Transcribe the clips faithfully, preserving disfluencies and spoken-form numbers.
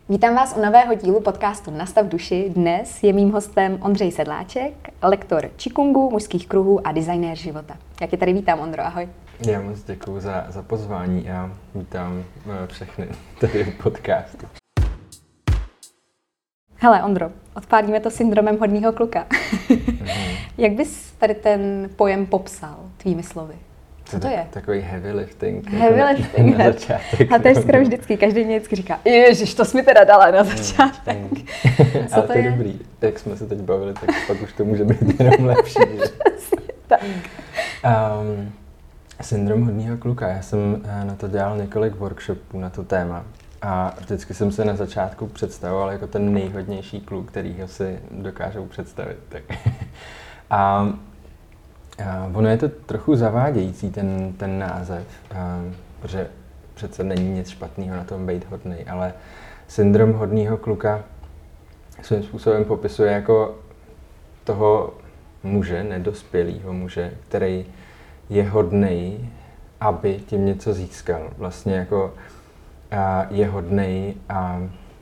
Vítám vás u nového dílu podcastu Nastav duši. Dnes je mým hostem Ondřej Sedláček, lektor qigongu, mužských kruhů a designér života. Jak je tady vítám, Ondro, ahoj. Já moc děkuju za, za pozvání a vítám všechny tady v podcastu. Hele, Ondro, odpálíme to syndromem hodného kluka. Mm-hmm. Jak bys tady ten pojem popsal tvými slovy? Co to je? Takový heavy lifting. Heavy jako lifting. Na, na začátek. A to je skoro vždycky, každý mě vždycky říká, ježiš, to jsi mi teda dala na začátek. Mm, mm. Co to, to je? Dobrý. Jak jsme se teď bavili, tak pak už to může být jenom lepší. Tak. Um, syndrom hodného kluka. Já jsem na to dělal několik workshopů na to téma. A vždycky jsem se na začátku představoval jako ten nejhodnější kluk, kterýho si dokážou představit. Tak. A A ono je to trochu zavádějící, ten, ten název, um, protože přece není nic špatného na tom být hodnej, ale syndrom hodného kluka svým způsobem popisuje jako toho muže, nedospělého muže, který je hodnej, aby tím něco získal. Vlastně jako a je hodnej a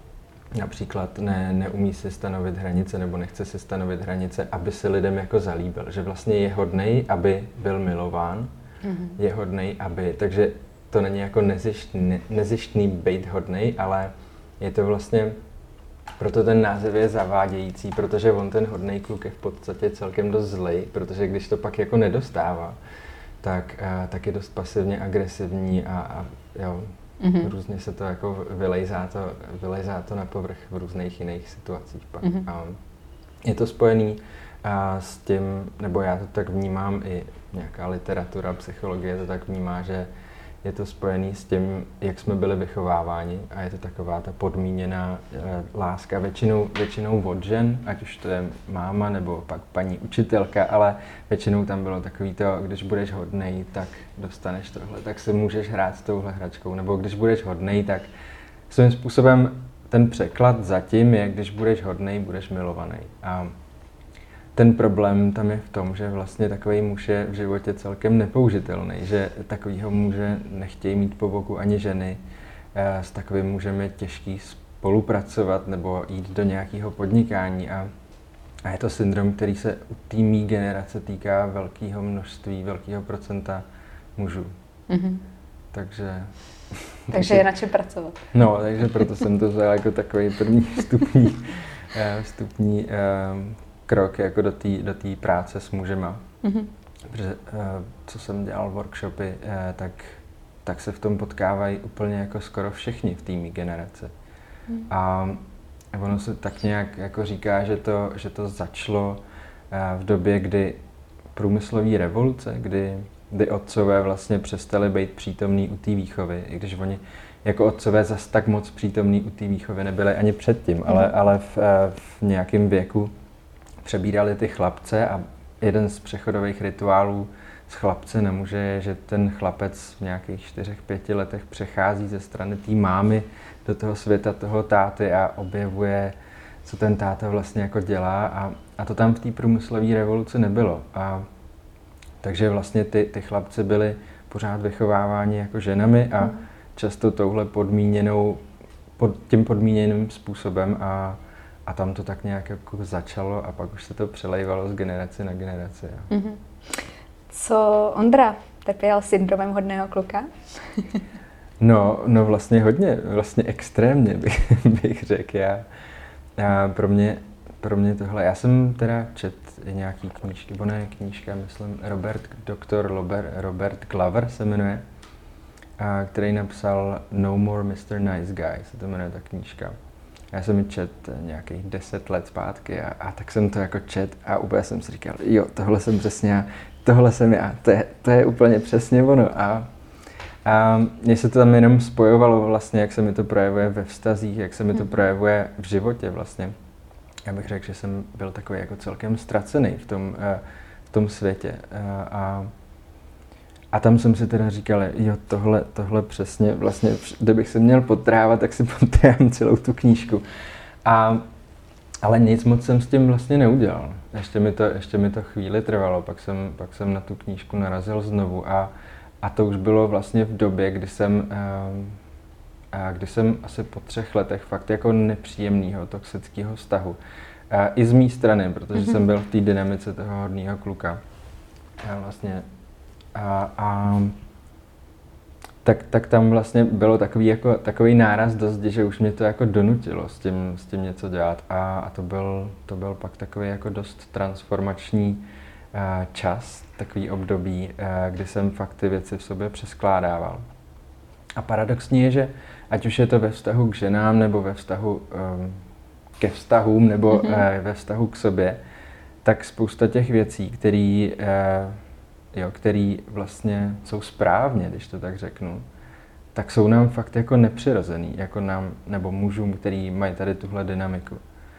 například ne, neumí si stanovit hranice nebo nechce si stanovit hranice, aby se lidem jako zalíbil. Že vlastně je hodnej, aby byl milován, mm-hmm. je hodnej, aby... Takže to není jako nezištný, nezištný být hodnej, ale je to vlastně... Proto ten název je zavádějící, protože on ten hodnej kluk je v podstatě celkem dost zlej, protože když to pak jako nedostává, tak, a, tak je dost pasivně agresivní a, a jo, Mm-hmm. různě se to jako vylejzá to, vylejzá to na povrch v různých jiných situacích pak. Mm-hmm. A je to spojený a s tím, nebo já to tak vnímám, i nějaká literatura, psychologie to tak vnímá, že je to spojený s tím, jak jsme byli vychováváni a je to taková ta podmíněná e, láska většinou, většinou od žen, ať už to je máma nebo pak paní učitelka, ale většinou tam bylo takový to, když budeš hodnej, tak dostaneš tohle, tak si můžeš hrát s touhle hračkou, nebo když budeš hodnej, tak svým způsobem ten překlad zatím je, když budeš hodnej, budeš milovaný. A ten problém tam je v tom, že vlastně takový muž je v životě celkem nepoužitelný, že takovýho muže nechtějí mít po boku ani ženy, s takovým mužem je těžký spolupracovat nebo jít do nějakého podnikání a, a je to syndrom, který se u té mý generace týká velkého množství, velkého procenta mužů. Mm-hmm. Takže... Takže je na čem pracovat. No, takže proto jsem to vzal jako takový první vstupní, vstupní krok jako do té do té práce s mužema. Mm-hmm. Protože co jsem dělal workshopy, tak, tak se v tom potkávají úplně jako skoro všichni v té mý generaci. Mm. A ono se tak nějak jako říká, že to, že to začalo v době, kdy průmyslový revoluce, kdy, kdy otcové vlastně přestali být přítomní u té výchovy, i když oni jako otcové zas tak moc přítomní u té výchovy nebyli ani předtím, mm. ale, ale v, v nějakém věku přebírali ty chlapce a jeden z přechodových rituálů z chlapce na muže je, že ten chlapec v nějakých čtyřech, pěti letech přechází ze strany té mámy do toho světa toho táty a objevuje, co ten táta vlastně jako dělá a, a to tam v té průmyslové revoluci nebylo. A takže vlastně ty, ty chlapci byli pořád vychováváni jako ženami a často touhle podmíněnou, pod tím podmíněným způsobem a A tam to tak nějak jako začalo a pak už se to přelejvalo z generace na generaci. Mm-hmm. Co Ondra trpěl syndromem hodného kluka? no, no vlastně hodně, vlastně extrémně bych, bych řekl. Já, já pro, mě, pro mě tohle, já jsem teda čet nějaký knížky, bo ne knížka, myslím, Robert, doktor Robert, Robert Glover se jmenuje, a, který napsal No More mister Nice Guy, se to jmenuje ta knížka. Já jsem ji čet nějakých deset let zpátky a, a tak jsem to jako čet a úplně jsem si říkal, jo, tohle jsem přesně já, tohle jsem já, to je, to je úplně přesně ono. A, a mně se to tam jenom spojovalo vlastně, jak se mi to projevuje ve vztazích, jak se mi to projevuje v životě vlastně. Já bych řekl, že jsem byl takový jako celkem ztracený v tom, v tom světě. A, A tam jsem si teda říkal, jo, tohle, tohle přesně, vlastně, kdybych se měl potrávat, tak si potrávám celou tu knížku. A, ale nic moc jsem s tím vlastně neudělal. Ještě mi to, ještě mi to chvíli trvalo, pak jsem, pak jsem na tu knížku narazil znovu a, a to už bylo vlastně v době, kdy jsem, a kdy jsem asi po třech letech fakt jako nepříjemného, toxického vztahu. A i z mé strany, protože mm-hmm. jsem byl v té dynamice toho hodného kluka. A vlastně a, a tak, tak tam vlastně bylo takový, jako, takový náraz dost, že už mě to jako donutilo s tím, s tím něco dělat a, a to, byl, to byl pak takový jako dost transformační uh, čas, takový období, uh, kdy jsem fakt ty věci v sobě přeskládával. A paradoxní je, že ať už je to ve vztahu k ženám nebo ve vztahu um, ke vztahům nebo mm-hmm. uh, ve vztahu k sobě, tak spousta těch věcí, které uh, Jo, který vlastně jsou správně, když to tak řeknu, tak jsou nám fakt jako nepřirozený, jako nám, nebo mužům, který mají tady tuhle dynamiku.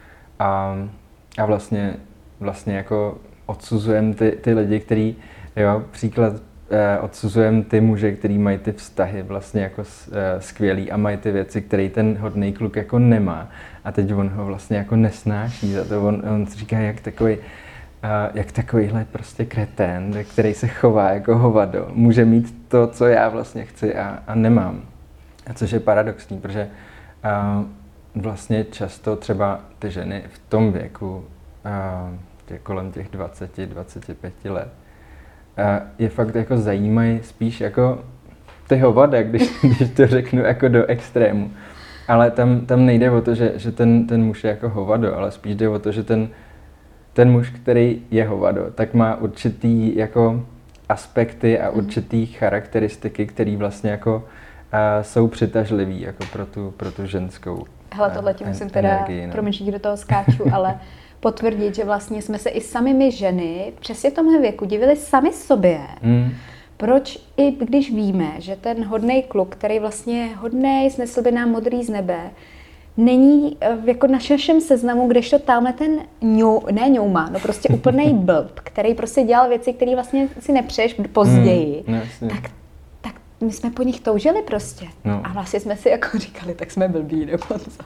A, a vlastně, vlastně jako odsuzujeme ty, ty lidi, který, jo, příklad, eh, odsuzujeme ty muže, který mají ty vztahy vlastně jako eh, skvělý a mají ty věci, které ten hodný kluk jako nemá. A teď on ho vlastně jako nesnáší za to, on, on říká, jak takový Uh, jak takovýhle prostě kretén, který se chová jako hovado, může mít to, co já vlastně chci a, a nemám. A což je paradoxní, protože uh, vlastně často třeba ty ženy v tom věku, uh, kolem těch dvacet až dvacet pět let, uh, je fakt jako zajímají spíš jako ty hovada, když, když to řeknu jako do extrému. Ale tam, tam nejde o to, že, že ten, ten muž je jako hovado, ale spíš jde o to, že ten ten muž, který je hovado, tak má určitý jako aspekty a určitý charakteristiky, které vlastně jako uh, jsou přitažlivý jako pro tu, pro tu ženskou Hele, tohle tím musím teda, no. promiň, že do toho skáču, ale potvrdit, že vlastně jsme se i sami my ženy přesně v tomhle věku divili sami sobě. Mm. Proč, i když víme, že ten hodnej kluk, který vlastně je hodnej, snesl by nám modrý z nebe, není jako na našem seznamu, kdežto tamhle ten ňou, ne ňouma, no prostě úplnej blb, který prostě dělal věci, které vlastně si nepřeješ později, mm, no, tak, tak my jsme po nich toužili prostě. No. A vlastně jsme si jako říkali, tak jsme blbí, nebo co.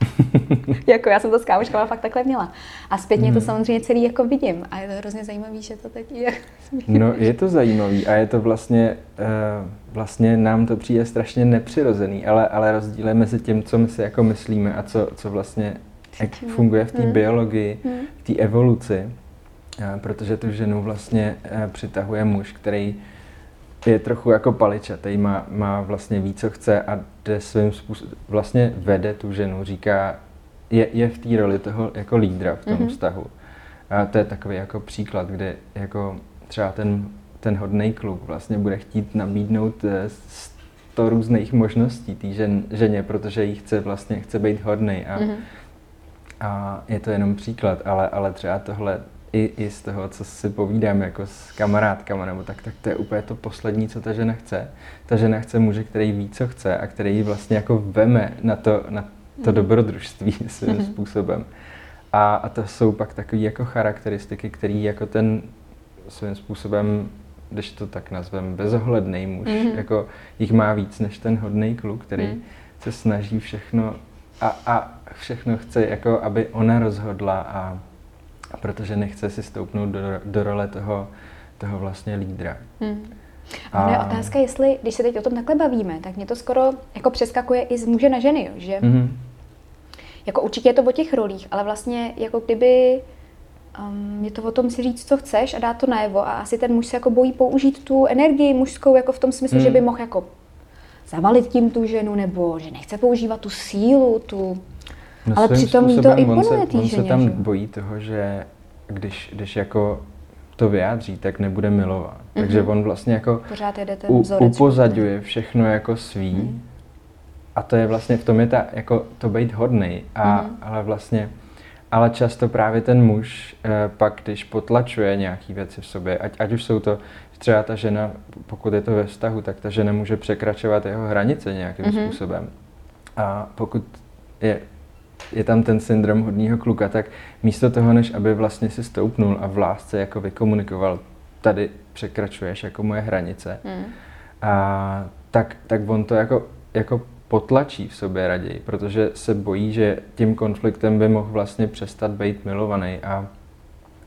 Jako já jsem to s kámoškama fakt takhle měla. A zpětně mm. to samozřejmě celý jako vidím. A je to hrozně zajímavý, že to teď je. No je to zajímavý a je to vlastně, uh, vlastně nám to přijde strašně nepřirozený, ale, ale rozdíl je mezi tím, co my si jako myslíme a co, co vlastně Cítíme. funguje v té mm. biologii, mm. v té evoluci. Uh, protože tu ženu vlastně uh, přitahuje muž, který je trochu jako paličatý, má, má vlastně ví, co chce a jde svým způsobem, vlastně vede tu ženu, říká, je, je v té roli toho jako lídra v tom mm-hmm. vztahu. A to je takový jako příklad, kde jako třeba ten, ten hodnej kluk vlastně bude chtít nabídnout sto různých možností té žen, ženě, protože jí chce vlastně, chce být hodnej a, mm-hmm. a je to jenom příklad, ale, ale třeba tohle I, i z toho, co si povídám jako s kamarádkama, nebo tak, tak to je úplně to poslední, co ta žena chce. Ta žena chce muže, který ví, co chce a který ji vlastně jako veme na to, na to dobrodružství svým mm-hmm. způsobem. A, a to jsou pak takové jako charakteristiky, které jako ten svým způsobem, když to tak nazvem, bezohledný muž, mm-hmm. jako jich má víc než ten hodnej kluk, který mm. se snaží všechno a, a všechno chce, jako aby ona rozhodla a protože nechce si stoupnout do, do role toho, toho vlastně lídra. Hmm. A je otázka, jestli, když se teď o tom takhle bavíme, tak mě to skoro jako přeskakuje i z muže na ženy, jo, že mm-hmm. jako určitě je to o těch rolích, ale vlastně jako kdyby um, je to o tom si říct, co chceš a dát to najevo a asi ten muž se jako bojí použít tu energii mužskou jako v tom smyslu, mm. že by mohl jako zavalit tím tu ženu nebo že nechce používat tu sílu, tu No ale přitom to imponuje té ženě. On se tam že? bojí toho, že když, když jako to vyjádří, tak nebude milovat. Mm-hmm. Takže on vlastně jako pořád jede ten u, upozadňuje všechno jako svý. Mm. A to je vlastně v tom je ta, jako to být hodnej. A, mm. ale vlastně, ale často právě ten muž eh, pak, když potlačuje nějaký věci v sobě, ať, ať už jsou to třeba ta žena, pokud je to ve vztahu, tak ta žena může překračovat jeho hranice nějakým mm-hmm. způsobem. A pokud je je tam ten syndrom hodného kluka, tak místo toho, než aby vlastně si stoupnul a v lásce jako vykomunikoval, tady překračuješ jako moje hranice, mm. a, tak, tak on to jako, jako potlačí v sobě raději, protože se bojí, že tím konfliktem by mohl vlastně přestat být milovaný a,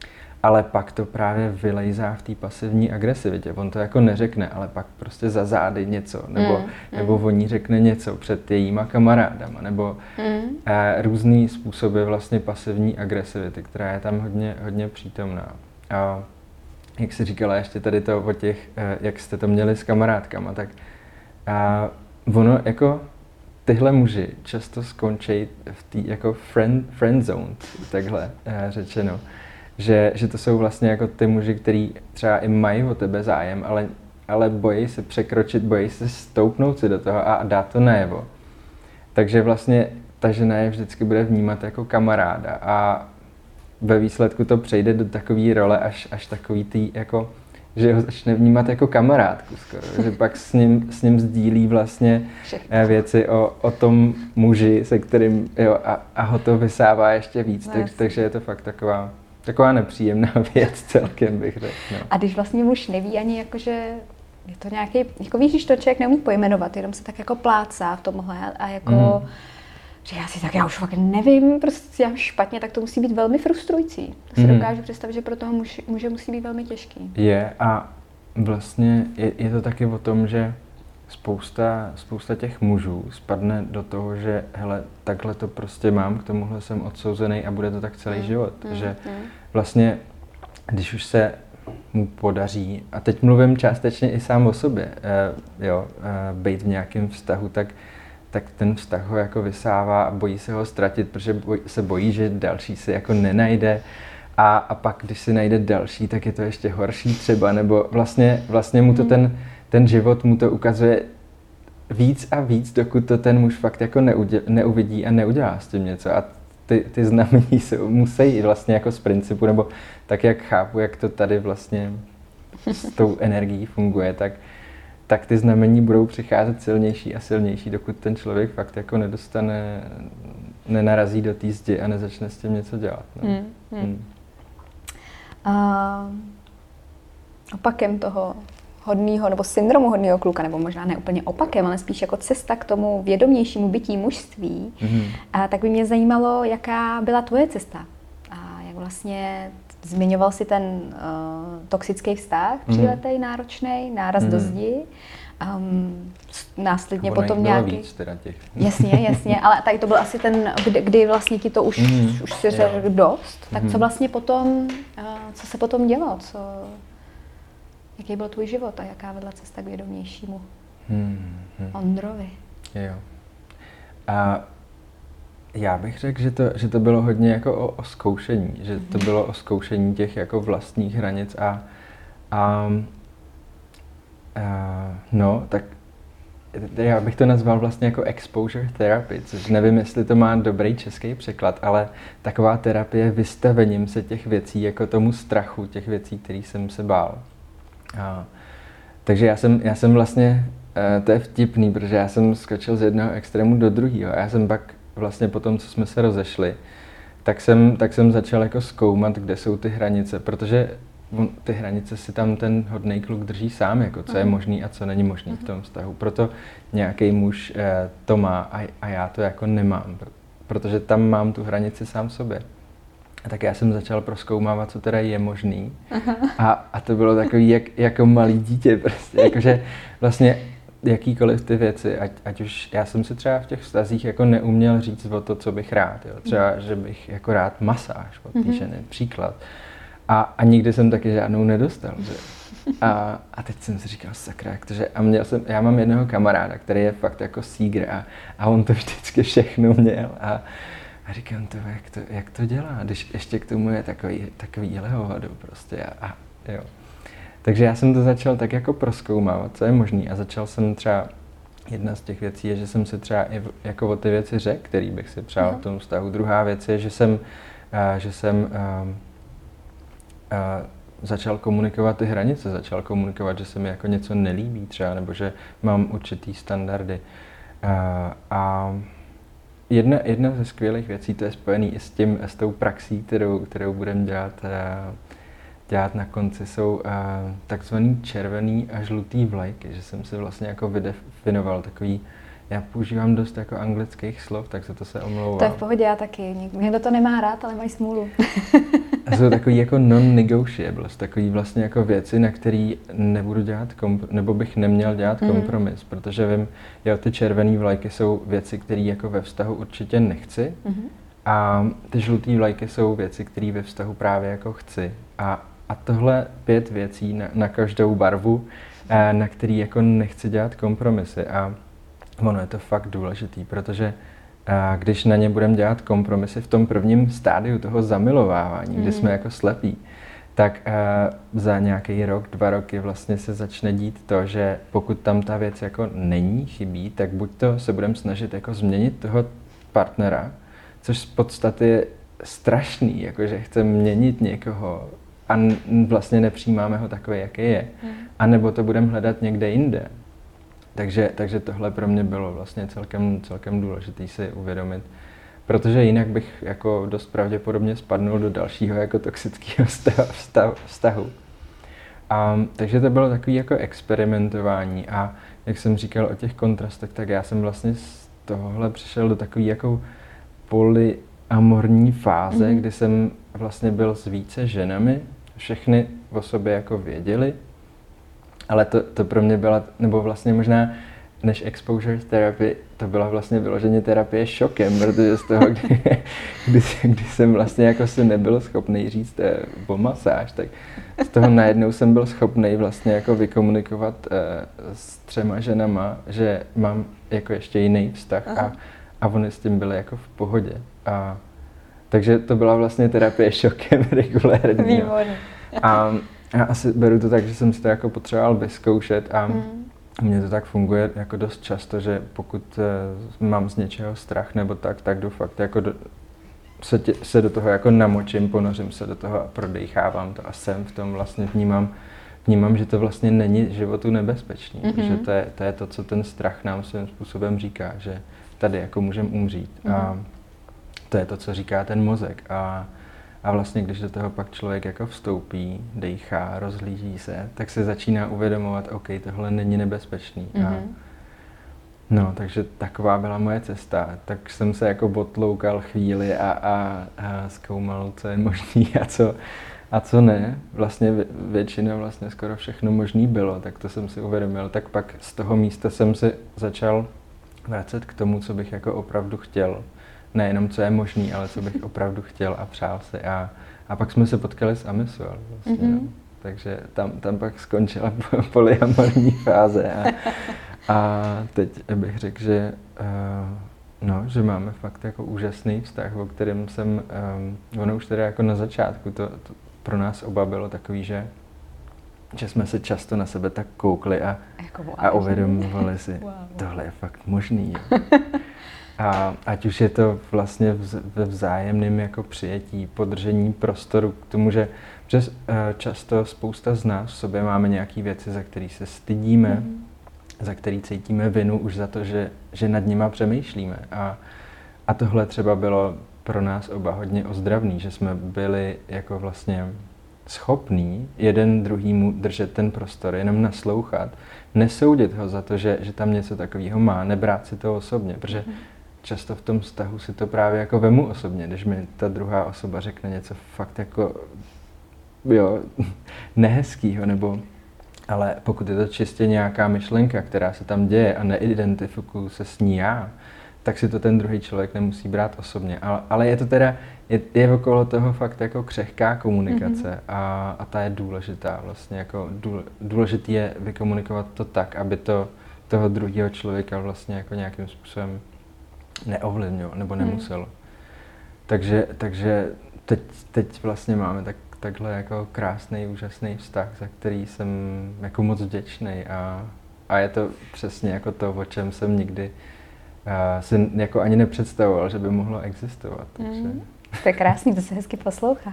ale pak to právě vylejzá v té pasivní agresivitě. On to jako neřekne, ale pak prostě za zády něco, nebo, mm, nebo mm. oni řekne něco před jejíma kamarádama, nebo mm. eh, různý způsoby vlastně pasivní agresivity, která je tam hodně, hodně přítomná. A jak jsi říkala ještě tady to o těch, eh, jak jste to měli s kamarádkama, tak a ono jako tyhle muži často skončí v té jako friend, friend zone, takhle eh, řečeno. Že, že to jsou vlastně jako ty muži, kteří třeba i mají o tebe zájem, ale, ale bojí se překročit, bojí se stoupnout si do toho a dát to najevo. Takže vlastně ta žena je vždycky bude vnímat jako kamaráda a ve výsledku to přejde do takové role až, až takový tý jako, že ho začne vnímat jako kamarádku skoro, že pak s ním, s ním sdílí vlastně Všechno. věci o, o tom muži, se kterým, jo, a, a ho to vysává ještě víc, tak, takže je to fakt taková Taková nepříjemná věc celkem, bych řekl. No. A když vlastně muž neví ani jakože je to nějaký, jako víš, když to člověk neumí pojmenovat, jenom se tak jako plácá v tomhle a jako, mm. že já si tak, já už fakt nevím, prostě já špatně, tak to musí být velmi frustrující. To si mm. dokážu představit, že pro toho muž, muže musí být velmi těžký. Je a vlastně je, je to taky o tom, že Spousta, spousta těch mužů spadne do toho, že hele, takhle to prostě mám, k tomuhle jsem odsouzený a bude to tak celý mm. život. Mm. Že vlastně, když už se mu podaří, a teď mluvím částečně i sám o sobě, eh, jo, eh, být v nějakém vztahu, tak, tak ten vztah ho jako vysává a bojí se ho ztratit, protože boj, se bojí, že další se jako nenajde. A, a pak, když si najde další, tak je to ještě horší třeba, nebo vlastně, vlastně mu to mm. ten ten život mu to ukazuje víc a víc, dokud to ten muž fakt jako neudě, neuvidí a neudělá s tím něco. A ty, ty znamení se musí vlastně jako z principu, nebo tak, jak chápu, jak to tady vlastně s tou energií funguje, tak, tak ty znamení budou přicházet silnější a silnější, dokud ten člověk fakt jako nedostane, nenarazí do té zdi a nezačne s tím něco dělat. No. Hmm, hmm. Hmm. Uh, opakem toho hodnýho, nebo syndromu hodnýho kluka, nebo možná ne úplně opakem, ale spíš jako cesta k tomu vědomějšímu bytí mužství, mm-hmm. a tak by mě zajímalo, jaká byla tvoje cesta. A jak vlastně zmiňoval si ten uh, toxický vztah, tříletý, mm-hmm. náročný, náraz mm-hmm. do zdi, um, následně Ono potom nějaký... víc teda těch. Jasně, jasně, ale tady to byl asi ten, kdy, kdy vlastně ti to už, mm-hmm. už si řekl dost, tak mm-hmm. co vlastně potom, uh, co se potom dělo, co... Jaký byl tvůj život a jaká vedla cesta k vědomějšímu hmm, hmm. Ondrovi? Jo. A já bych řekl, že to, že to bylo hodně jako o, o zkoušení, že to bylo o zkoušení těch jako vlastních hranic a, a, a no, tak já bych to nazval vlastně jako exposure therapy, což nevím, jestli to má dobrý český překlad, ale taková terapie vystavením se těch věcí, jako tomu strachu, těch věcí, kterých jsem se bál. A, takže já jsem, já jsem vlastně, uh, to je vtipný, protože já jsem skočil z jednoho extrému do druhého. Já jsem pak vlastně po tom, co jsme se rozešli, tak jsem, tak jsem začal jako zkoumat, kde jsou ty hranice, protože ty hranice si tam ten hodnej kluk drží sám, jako co je možný a co není možný v tom vztahu. Proto nějaký muž uh, to má a, a já to jako nemám, protože tam mám tu hranici sám sobě. A tak já jsem začal prozkoumávat, co teda je možný. A, a to bylo takový jak, jako malý dítě prostě, jakože vlastně jakýkoliv ty věci, ať, ať už já jsem si třeba v těch vztazích jako neuměl říct o to, co bych rád, jo. Třeba, že bych jako rád masáž od té ženy, příklad. A, a nikdy jsem taky žádnou nedostal, že? A, a teď jsem si říkal, sakra, jak to, že... A měl jsem, já mám jednoho kamaráda, který je fakt jako sígr a, a on to vždycky všechno měl. A, A říkám to, jak to, jak to dělá, když ještě k tomu je takový, takovýhle hovado prostě a, a jo. Takže já jsem to začal tak jako prozkoumávat, co je možný a začal jsem třeba, jedna z těch věcí je, že jsem si třeba i jako o ty věci řekl, který bych si přál v tom vztahu. Druhá věc je, že jsem, uh, že jsem uh, uh, začal komunikovat ty hranice, začal komunikovat, že se mi jako něco nelíbí třeba, nebo že mám určitý standardy. Uh, a Jedna, jedna ze skvělých věcí, to je spojený i s tím, s tou praxí, kterou, kterou budeme dělat, dělat na konci, jsou takzvaný červený a žlutý vlajky, že jsem si vlastně jako vydefinoval takový, já používám dost jako anglických slov, tak se to se omlouvám. To je v pohodě, já taky. Někdo to nemá rád, ale mají smůlu. A jsou takový jako non-negotiables, takový vlastně jako věci, na který nebudu dělat kompr- nebo bych neměl dělat mm. kompromis, protože vím, jo, ty červený vlajky jsou věci, které jako ve vztahu určitě nechci mm. a ty žlutý vlajky jsou věci, které ve vztahu právě jako chci. A, a tohle pět věcí na, na každou barvu, na který jako nechci dělat kompromisy a ono je to fakt důležitý, protože a když na ně budeme dělat kompromisy v tom prvním stádiu toho zamilovávání, mm. kdy jsme jako slepí, tak uh, za nějaký rok, dva roky vlastně se začne dít to, že pokud tam ta věc jako není, chybí, tak buď to se budeme snažit jako změnit toho partnera, což z podstaty je strašný, jakože chceme měnit někoho a n- vlastně nepřijímáme ho takový, jaký je. Mm. A nebo to budeme hledat někde jinde. Takže, takže tohle pro mě bylo vlastně celkem, celkem důležitý si uvědomit, protože jinak bych jako dost pravděpodobně spadnul do dalšího jako toxického vztahu. vztahu. A, takže to bylo takový jako experimentování a jak jsem říkal o těch kontrastech, tak já jsem vlastně z tohohle přišel do takové jako polyamorní fáze, mm-hmm. kdy jsem vlastně byl s více ženami, všechny o sobě jako věděli. Ale to, to pro mě byla, nebo vlastně možná než exposure therapy, to byla vlastně vyloženě terapie šokem, protože z toho, kdy, kdy, kdy jsem vlastně jako si nebyl schopný říct eh, o masáž, tak z toho najednou jsem byl schopný vlastně jako vykomunikovat eh, s třema ženama, že mám jako ještě jiný vztah a, a oni s tím byli jako v pohodě. A, takže to byla vlastně terapie šokem regulérní. Výborně. A, Já asi beru to tak, že jsem si to jako potřeboval vyzkoušet a hmm. mně to tak funguje jako dost často, že pokud uh, mám z něčeho strach nebo tak, tak jdu fakt jako do, se, tě, se do toho jako namočím, ponořím se do toho a prodejchávám to a jsem v tom vlastně vnímám, vnímám, že to vlastně není životu nebezpečný, hmm. protože to je, to je to, co ten strach nám svým způsobem říká, že tady jako můžeme umřít hmm. a to je to, co říká ten mozek a A vlastně, když do toho pak člověk jako vstoupí, dejchá, rozhlíží se, tak se začíná uvědomovat, OK, tohle není nebezpečný. Mm-hmm. A no, takže taková byla moje cesta. Tak jsem se jako botloukal chvíli a, a, a zkoumal, co je možný a co, a co ne. Vlastně většina, vlastně skoro všechno možný bylo, tak to jsem si uvědomil. Tak pak z toho místa jsem se začal vracet k tomu, co bych jako opravdu chtěl. Nejenom, co je možný, ale co bych opravdu chtěl a přál si. A, a pak jsme se potkali s Amisol. Vlastně, mm-hmm. no. Takže tam, tam pak skončila polyamorní fáze. A, a teď bych řekl, že, uh, no, že máme fakt jako úžasný vztah, o kterém jsem, um, ono už teda jako na začátku, to, to pro nás oba bylo takový, že, že jsme se často na sebe tak koukli a, jako a uvědomovali si, wow. Tohle je fakt možný. A ať už je to vlastně ve vzájemném jako přijetí, podržení prostoru k tomu, že přes, často spousta z nás v sobě máme nějaké věci, za které se stydíme, mm. za které cítíme vinu už za to, že, že nad nima přemýšlíme. A, a tohle třeba bylo pro nás oba hodně ozdravný, že jsme byli jako vlastně schopní jeden druhýmu držet ten prostor, jenom naslouchat, nesoudit ho za to, že, že tam něco takového má, nebrát si to osobně, protože mm. často v tom vztahu si to právě jako vemu osobně, když mi ta druhá osoba řekne něco fakt jako, jo, nehezkýho, nebo, ale pokud je to čistě nějaká myšlenka, která se tam děje a neidentifikuju se s ní já, tak si to ten druhý člověk nemusí brát osobně. Ale, ale je to teda, je, je okolo toho fakt jako křehká komunikace mm-hmm. a, a ta je důležitá vlastně, jako důležitý je vykomunikovat to tak, aby to toho druhého člověka vlastně jako nějakým způsobem neovlivňoval nebo nemusel. Hmm. Takže, takže teď, teď vlastně máme tak, takhle jako krásný, úžasný vztah, za který jsem jako moc vděčný a, a je to přesně jako to, o čem jsem nikdy uh, si jako ani nepředstavoval, že by mohlo existovat. Takže. Hmm. To je krásný, to se hezky poslouchá.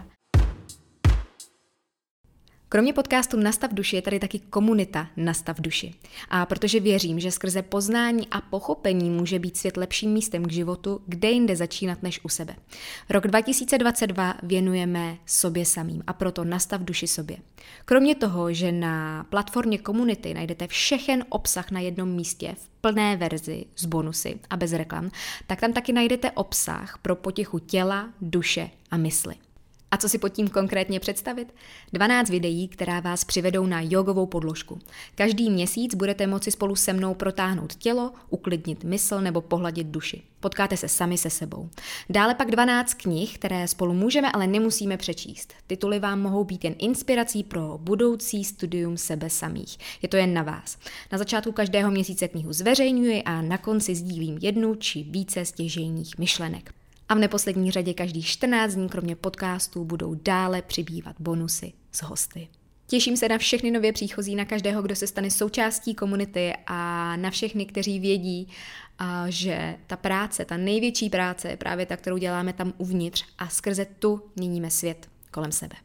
Kromě podcastu Nastav duši je tady taky komunita Nastav duši. A protože věřím, že skrze poznání a pochopení může být svět lepším místem k životu, kde jinde začínat než u sebe. Rok dva tisíce dvacet dva věnujeme sobě samým a proto Nastav duši sobě. Kromě toho, že na platformě komunity najdete všechen obsah na jednom místě v plné verzi s bonusy a bez reklam, tak tam taky najdete obsah pro potěchu těla, duše a mysli. A co si pod tím konkrétně představit? dvanáct videí, která vás přivedou na jogovou podložku. Každý měsíc budete moci spolu se mnou protáhnout tělo, uklidnit mysl nebo pohladit duši. Potkáte se sami se sebou. Dále pak dvanáct knih, které spolu můžeme, ale nemusíme přečíst. Tituly vám mohou být jen inspirací pro budoucí studium sebe samých. Je to jen na vás. Na začátku každého měsíce knihu zveřejňuji a na konci sdílím jednu či více stěžejních myšlenek. A v neposlední řadě každých čtrnáct dní kromě podcastů budou dále přibývat bonusy s hosty. Těším se na všechny nově příchozí, na každého, kdo se stane součástí komunity a na všechny, kteří vědí, že ta práce, ta největší práce je právě ta, kterou děláme tam uvnitř a skrze tu měníme svět kolem sebe.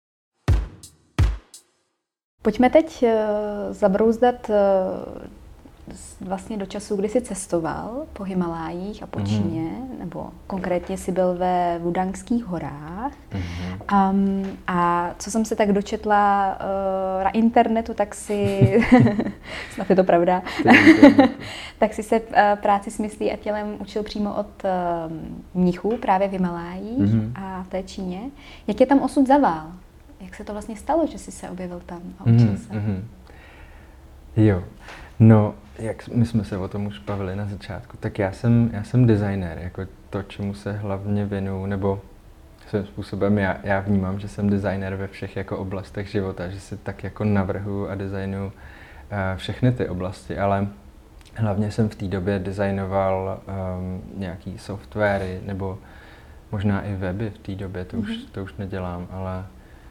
Pojďme teď zabrouzdat vlastně do času, kdy jsi cestoval po Himalájích a po mm. Číně, nebo konkrétně jsi byl ve Wudangských horách. Mm. Um, a co jsem se tak dočetla uh, na internetu, tak si, snad je to pravda, tak si se uh, práci s myslí a tělem učil přímo od uh, mnichů právě v Himalájích mm. a v té Číně. Jak je tam osud zavál? Jak se to vlastně stalo, že jsi se objevil tam a učil mm. se? Mm. Jo, no, jak my jsme se o tom už bavili na začátku, tak já jsem, já jsem designér, jako to, čemu se hlavně věnuju, nebo svým způsobem já, já vnímám, že jsem designér ve všech jako oblastech života, že si tak jako navrhuju a designuju uh, všechny ty oblasti, ale hlavně jsem v té době designoval um, nějaký softwary, nebo možná i weby v té době, to, mm-hmm. už, to už nedělám, ale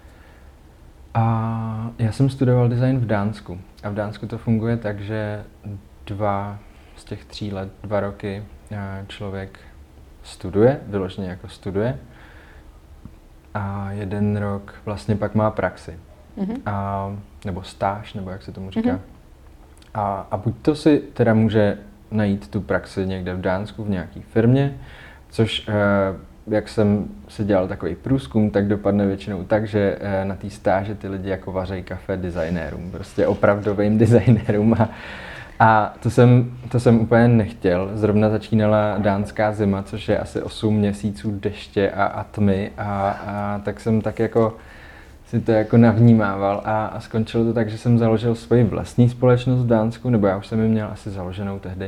a já jsem studoval design v Dánsku a v Dánsku to funguje tak, že dva z těch tří let, dva roky člověk studuje, vyloženě jako studuje a jeden rok vlastně pak má praxi, mm-hmm. a, nebo stáž, nebo jak se tomu říká. Mm-hmm. A, a buď to si teda může najít tu praxi někde v Dánsku v nějaké firmě, což jak jsem si dělal takový průzkum, tak dopadne většinou tak, že na té stáži ty lidi jako vařejí kafe designérům, prostě opravdovým designérům. A, a to, jsem, to jsem úplně nechtěl. Zrovna začínala dánská zima, což je asi osm měsíců deště a, a tmy. A, a tak jsem tak jako si to jako navnímával a, a skončilo to tak, že jsem založil svoji vlastní společnost v Dánsku, nebo já už jsem ji měl asi založenou tehdy.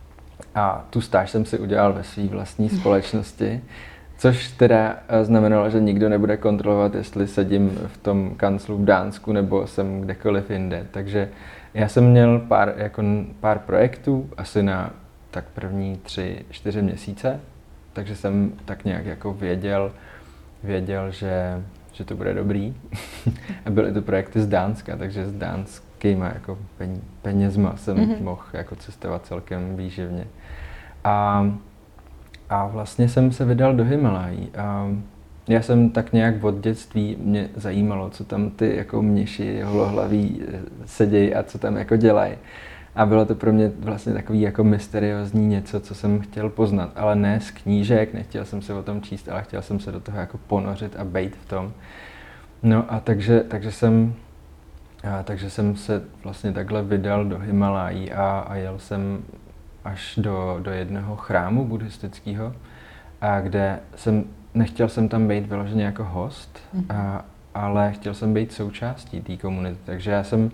A tu stáž jsem si udělal ve své vlastní společnosti. Což teda znamenalo, že nikdo nebude kontrolovat, jestli sedím v tom kanclu v Dánsku nebo jsem kdekoliv jinde. Takže já jsem měl pár, jako pár projektů, asi na tak první tři, čtyři měsíce. Takže jsem tak nějak jako věděl, věděl, že, že to bude dobrý. A byly to projekty z Dánska, takže s dánskýma jako penězma jsem mm-hmm. mohl jako cestovat celkem výživně. A A vlastně jsem se vydal do Himalají. A já jsem tak nějak od dětství, mě zajímalo, co tam ty jako mniši holohlaví sedějí a co tam jako dělají. A bylo to pro mě vlastně takový jako mysteriózní něco, co jsem chtěl poznat, ale ne z knížek, nechtěl jsem se o tom číst, ale chtěl jsem se do toho jako ponořit a bejt v tom. No a takže, takže jsem a takže jsem se vlastně takhle vydal do Himalají a, a jel jsem až do, do jednoho chrámu buddhistického, a kde jsem, nechtěl jsem tam být vyloženě jako host, mm. a, ale chtěl jsem být součástí té komunity, takže já jsem,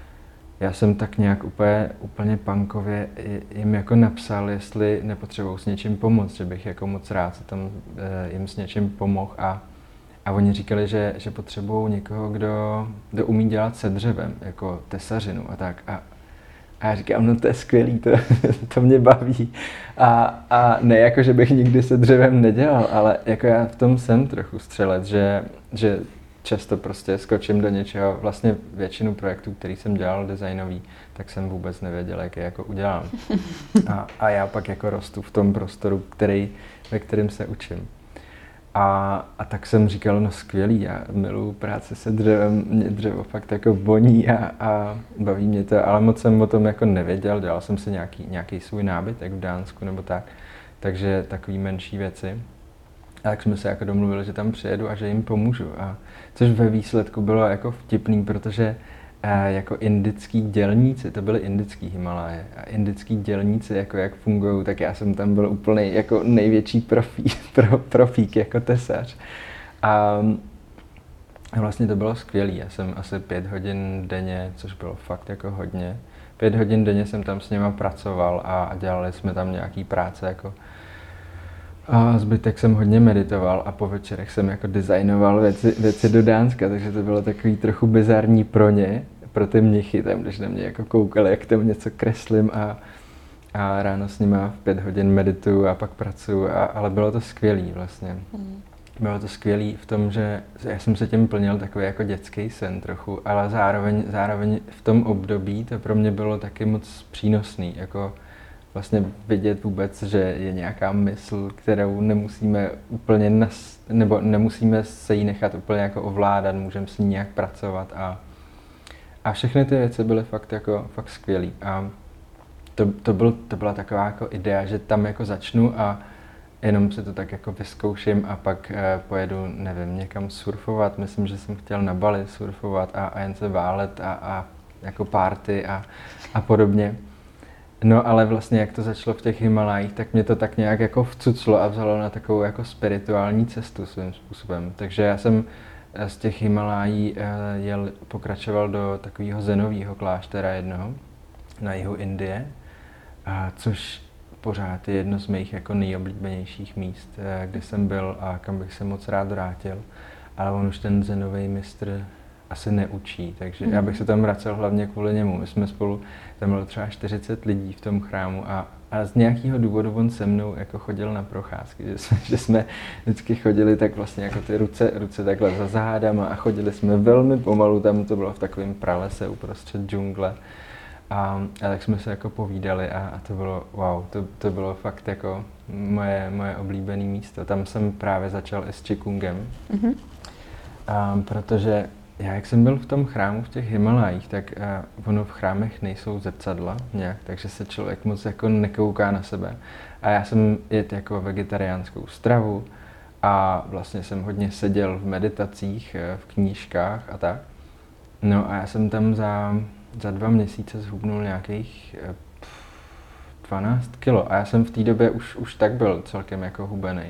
já jsem tak nějak úplně, úplně punkově jim jako napsal, jestli nepotřebují s něčím pomoct, že bych jako moc rád se tam jim s něčím pomohl a, a oni říkali, že, že potřebují někoho, kdo, kdo umí dělat se dřevem, jako tesařinu a tak. A, A já říkám, no to je skvělý, to, to mě baví. A, a ne jako, že bych nikdy se dřevem nedělal, ale jako já v tom jsem trochu střelec, že, že často prostě skočím do něčeho. Vlastně většinu projektů, který jsem dělal designový, tak jsem vůbec nevěděl, jak je jako udělám. A, a já pak jako rostu v tom prostoru, který, ve kterém se učím. A, a tak jsem říkal, no skvělý, já miluji práci se dřevem, mě dřevo fakt jako voní a, a baví mě to, ale moc jsem o tom jako nevěděl, dělal jsem si nějaký, nějaký svůj nábytek v Dánsku nebo tak, takže takový menší věci. A tak jsme se jako domluvili, že tam přijedu a že jim pomůžu, a což ve výsledku bylo jako vtipný, protože eh, jako indický dělníci, to byly indický Himaláje, a indický dělníci, jako jak fungují, tak já jsem tam byl úplný jako největší profík, pro, profík jako tesař. A, A vlastně to bylo skvělý. Já jsem asi pět hodin denně, což bylo fakt jako hodně, pět hodin denně jsem tam s nima pracoval a dělali jsme tam nějaký práce jako a zbytek jsem hodně meditoval a po večerech jsem jako designoval věci, věci do Dánska, takže to bylo takový trochu bizarní pro ně, pro ty mnichy tam, když na mě jako koukali, jak tam něco kreslím a, a ráno s nima v pět hodin medituju a pak pracuju, a, ale bylo to skvělý vlastně. Mm. Bylo to skvělý v tom, že já jsem se tím plnil takový jako dětský sen trochu, ale zároveň, zároveň v tom období to pro mě bylo taky moc přínosný, jako vlastně vidět vůbec, že je nějaká mysl, kterou nemusíme úplně, nas, nebo nemusíme se jí nechat úplně jako ovládat, můžeme s ní nějak pracovat a, a všechny ty věci byly fakt jako, fakt skvělý. A to, to, byl, to byla taková jako idea, že tam jako začnu a jenom si to tak jako vyzkouším a pak eh, pojedu, nevím, někam surfovat. Myslím, že jsem chtěl na Bali surfovat a, a jen se válet a, a jako party a, a podobně. No ale vlastně jak to začalo v těch Himalajích, tak mě to tak nějak jako vcuclo a vzalo na takovou jako spirituální cestu svým způsobem. Takže já jsem z těch Himalají jel, pokračoval do takového zenového kláštera jednoho na jihu Indie, a což pořád je jedno z mých jako nejoblíbenějších míst, kde jsem byl a kam bych se moc rád vrátil. Ale on už ten zenový mistr asi neučí, takže mm. já bych se tam vracel hlavně kvůli němu. My jsme spolu, tam bylo třeba čtyřicet lidí v tom chrámu a, a z nějakého důvodu on se mnou jako chodil na procházky, že jsme, že jsme vždycky chodili tak vlastně jako ty ruce, ruce takhle za zádama a chodili jsme velmi pomalu, tam to bylo v takovém pralese uprostřed džungle. A, a tak jsme se jako povídali a, a to bylo wow, to, to bylo fakt jako moje, moje oblíbené místo. Tam jsem právě začal i s Qigongem, mm-hmm. a, protože já, jak jsem byl v tom chrámu v těch Himalajích, tak uh, ono v chrámech nejsou zrcadla nějak, takže se člověk moc jako nekouká na sebe. A já jsem jedl jako vegetariánskou stravu a vlastně jsem hodně seděl v meditacích, v knížkách a tak. No a já jsem tam za, za dva měsíce zhubnul nějakých uh, dvanáct kilo a já jsem v té době už, už tak byl celkem jako hubenej.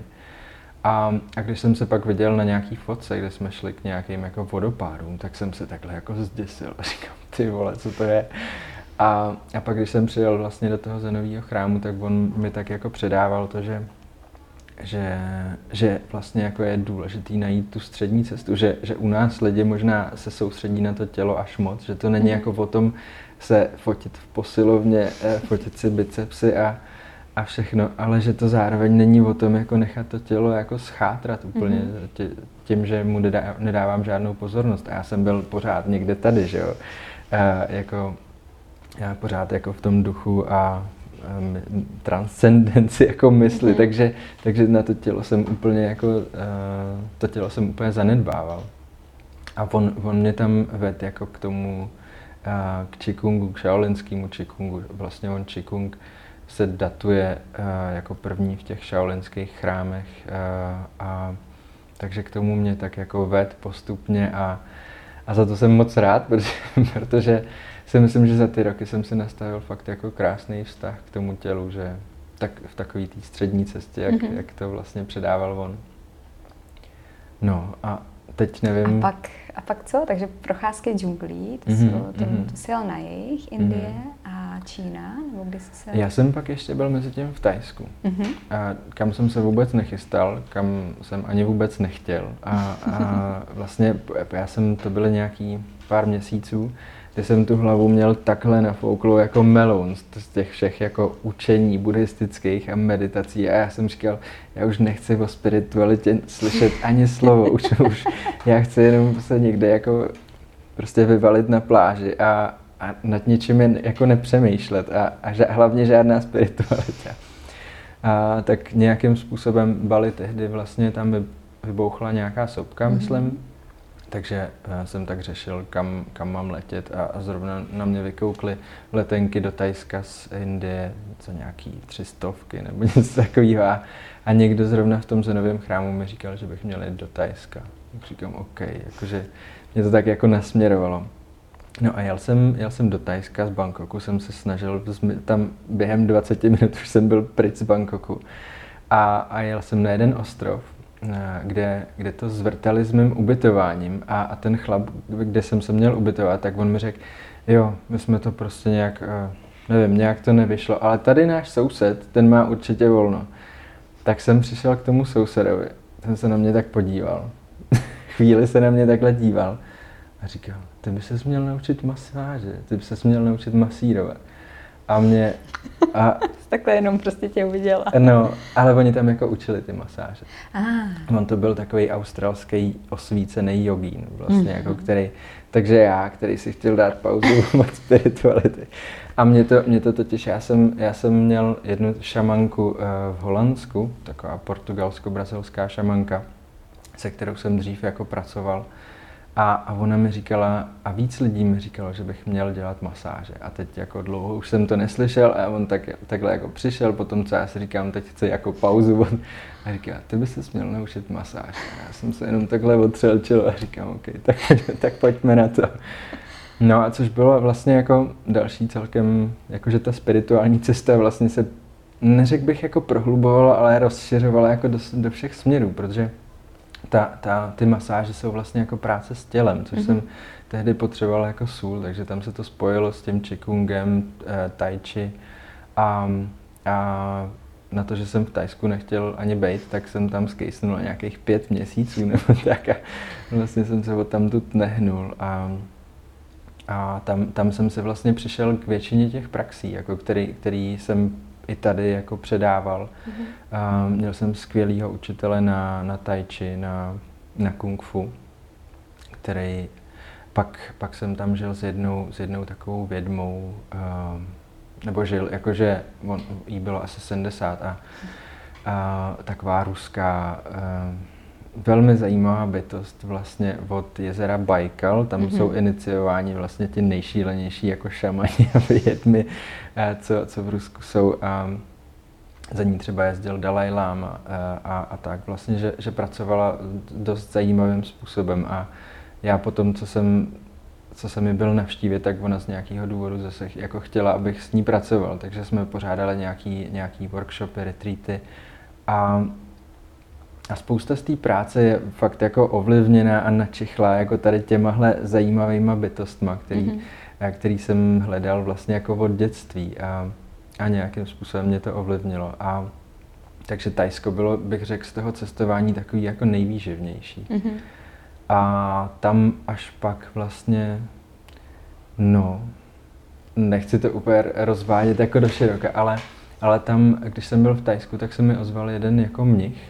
A, a když jsem se pak viděl na nějaký fotce, kde jsme šli k nějakým jako vodopádům, tak jsem se takhle jako zděsil a říkám, ty vole, co to je? A, a pak když jsem přijel vlastně do toho zenového chrámu, tak on mi tak jako předával to, že, že, že vlastně jako je důležitý najít tu střední cestu, že, že u nás lidi možná se soustředí na to tělo až moc, že to není jako o tom se fotit v posilovně, fotit si bicepsy a a všechno, ale že to zároveň není o tom jako nechat to tělo jako schátrat úplně mm-hmm. tě, tím, že mu nedá, nedávám žádnou pozornost. A já jsem byl pořád někde tady, že jo, a jako já pořád jako v tom duchu a um, transcendenci jako mysli, mm-hmm. takže, takže na to tělo jsem úplně jako, uh, to tělo jsem úplně zanedbával. A on, on mě tam vedl jako k tomu, uh, k Qigongu, k shaolinskému Qigongu, vlastně on Qigong se datuje uh, jako první v těch shaolinských chrámech uh, a takže k tomu mě tak jako ved postupně a, a za to jsem moc rád, protože, protože si myslím, že za ty roky jsem si nastavil fakt jako krásný vztah k tomu tělu, že tak v takové té střední cestě, jak, mm-hmm. jak to vlastně předával on. No a teď nevím... A pak, a pak co? Takže procházky džunglí, to, mm-hmm, jsou, to, mm-hmm. to si jel na jejich, Indie mm-hmm. a Čína, nebo kdy jsi se... Já jsem pak ještě byl mezi tím v Thajsku, mm-hmm. a kam jsem se vůbec nechystal, kam jsem ani vůbec nechtěl. A, a vlastně já jsem, to byly nějaký pár měsíců, kdy jsem tu hlavu měl takhle nafouklou jako meloun z těch všech jako učení buddhistických a meditací a já jsem říkal, já už nechci o spiritualitě slyšet ani slovo, už, už já chci jenom se někde jako prostě vyvalit na pláži a, a nad ničím jen jako nepřemýšlet a, a ža, hlavně žádná spiritualita. A tak nějakým způsobem Bali tehdy vlastně tam by vybouchla nějaká sopka, mm-hmm. myslím. Takže uh, jsem tak řešil, kam, kam mám letět a, a zrovna na mě vykoukly letenky do Thajska z Indie za nějaký tři stovky nebo něco takového a, a někdo zrovna v tom zenovém chrámu mi říkal, že bych měl jít do Thajska. Tak říkám, OK, jakože mě to tak jako nasměrovalo. No a jel jsem, jel jsem do Thajska, z Bangkoku jsem se snažil, tam během dvacet minut už jsem byl pryč z Bangkoku a, a jel jsem na jeden ostrov, kde, kde to zvrtali s mým ubytováním a, a ten chlap, kde jsem se měl ubytovat, tak on mi řekl, jo, my jsme to prostě nějak, nevím, nějak to nevyšlo, ale tady náš soused, ten má určitě volno. Tak jsem přišel k tomu sousedovi, ten se na mě tak podíval, chvíli se na mě takhle díval a říkal, ty by ses měl naučit masáže, ty by ses měl naučit masírovat. A mě... A, takhle jenom prostě tě uviděla. No, ale oni tam jako učili ty masáže. Ah. On to byl takový australský osvícený jogín vlastně, mm. jako který... Takže já, který si chtěl dát pauzu od spirituality. A mě to, mě to totiž, já jsem, já jsem měl jednu šamanku uh, v Holandsku, taková portugalsko-brazilská šamanka, se kterou jsem dřív jako pracoval. A, a ona mi říkala, a víc lidí mi říkalo, že bych měl dělat masáže. A teď jako dlouho už jsem to neslyšel a on tak, takhle jako přišel, potom co já si říkám, teď chci jako pauzu. A říká, ty bys se měl naučit masáž. A já jsem se jenom takhle otřel čelo a říkám, OK, tak, tak pojďme na to. No a což bylo vlastně jako další celkem, jakože ta spirituální cesta vlastně se, neřekl bych jako prohlubovala, ale rozšiřovala jako do, do všech směrů, protože Ta, ta, ty masáže jsou vlastně jako práce s tělem, což mm-hmm. jsem tehdy potřeboval jako sůl, takže tam se to spojilo s tím qigongem, e, tai chi a, a na to, že jsem v Thajsku nechtěl ani bejt, tak jsem tam skejsnul nějakých pět měsíců nebo tak a vlastně jsem se odtamtud nehnul a, a tam, tam jsem se vlastně přišel k většině těch praxí, jako který, který jsem i tady jako předával. Mm-hmm. A měl jsem skvělýho učitele na, na tai chi, na, na kung fu, který pak, pak jsem tam žil s jednou, s jednou takovou vědmou, uh, nebo žil, jakože on, jí bylo asi sedmdesát a, a taková ruská, uh, velmi zajímavá bytost vlastně od jezera Bajkal, tam mm-hmm. jsou iniciováni vlastně ti nejšílenější jako šamani a vědmy, co, co v Rusku jsou a za ní třeba jezdil Dalaj Lama a, a, a tak vlastně, že, že pracovala dost zajímavým způsobem a já potom, co jsem, co jsem ji byl navštívit, tak ona z nějakého důvodu zase jako chtěla, abych s ní pracoval, takže jsme pořádali nějaký, nějaký workshopy, retreaty a A spousta z té práce je fakt jako ovlivněná a načichlá jako tady těmahle zajímavýma bytostma, který, mm-hmm. který jsem hledal vlastně jako od dětství a, a nějakým způsobem mě to ovlivnilo. A takže Thajsko bylo, bych řekl, z toho cestování takový jako nejvýživnější. Mm-hmm. A tam až pak vlastně, no, nechci to úplně rozvádět jako do široka, ale, ale tam, když jsem byl v Thajsku, tak se mi ozval jeden jako mnich,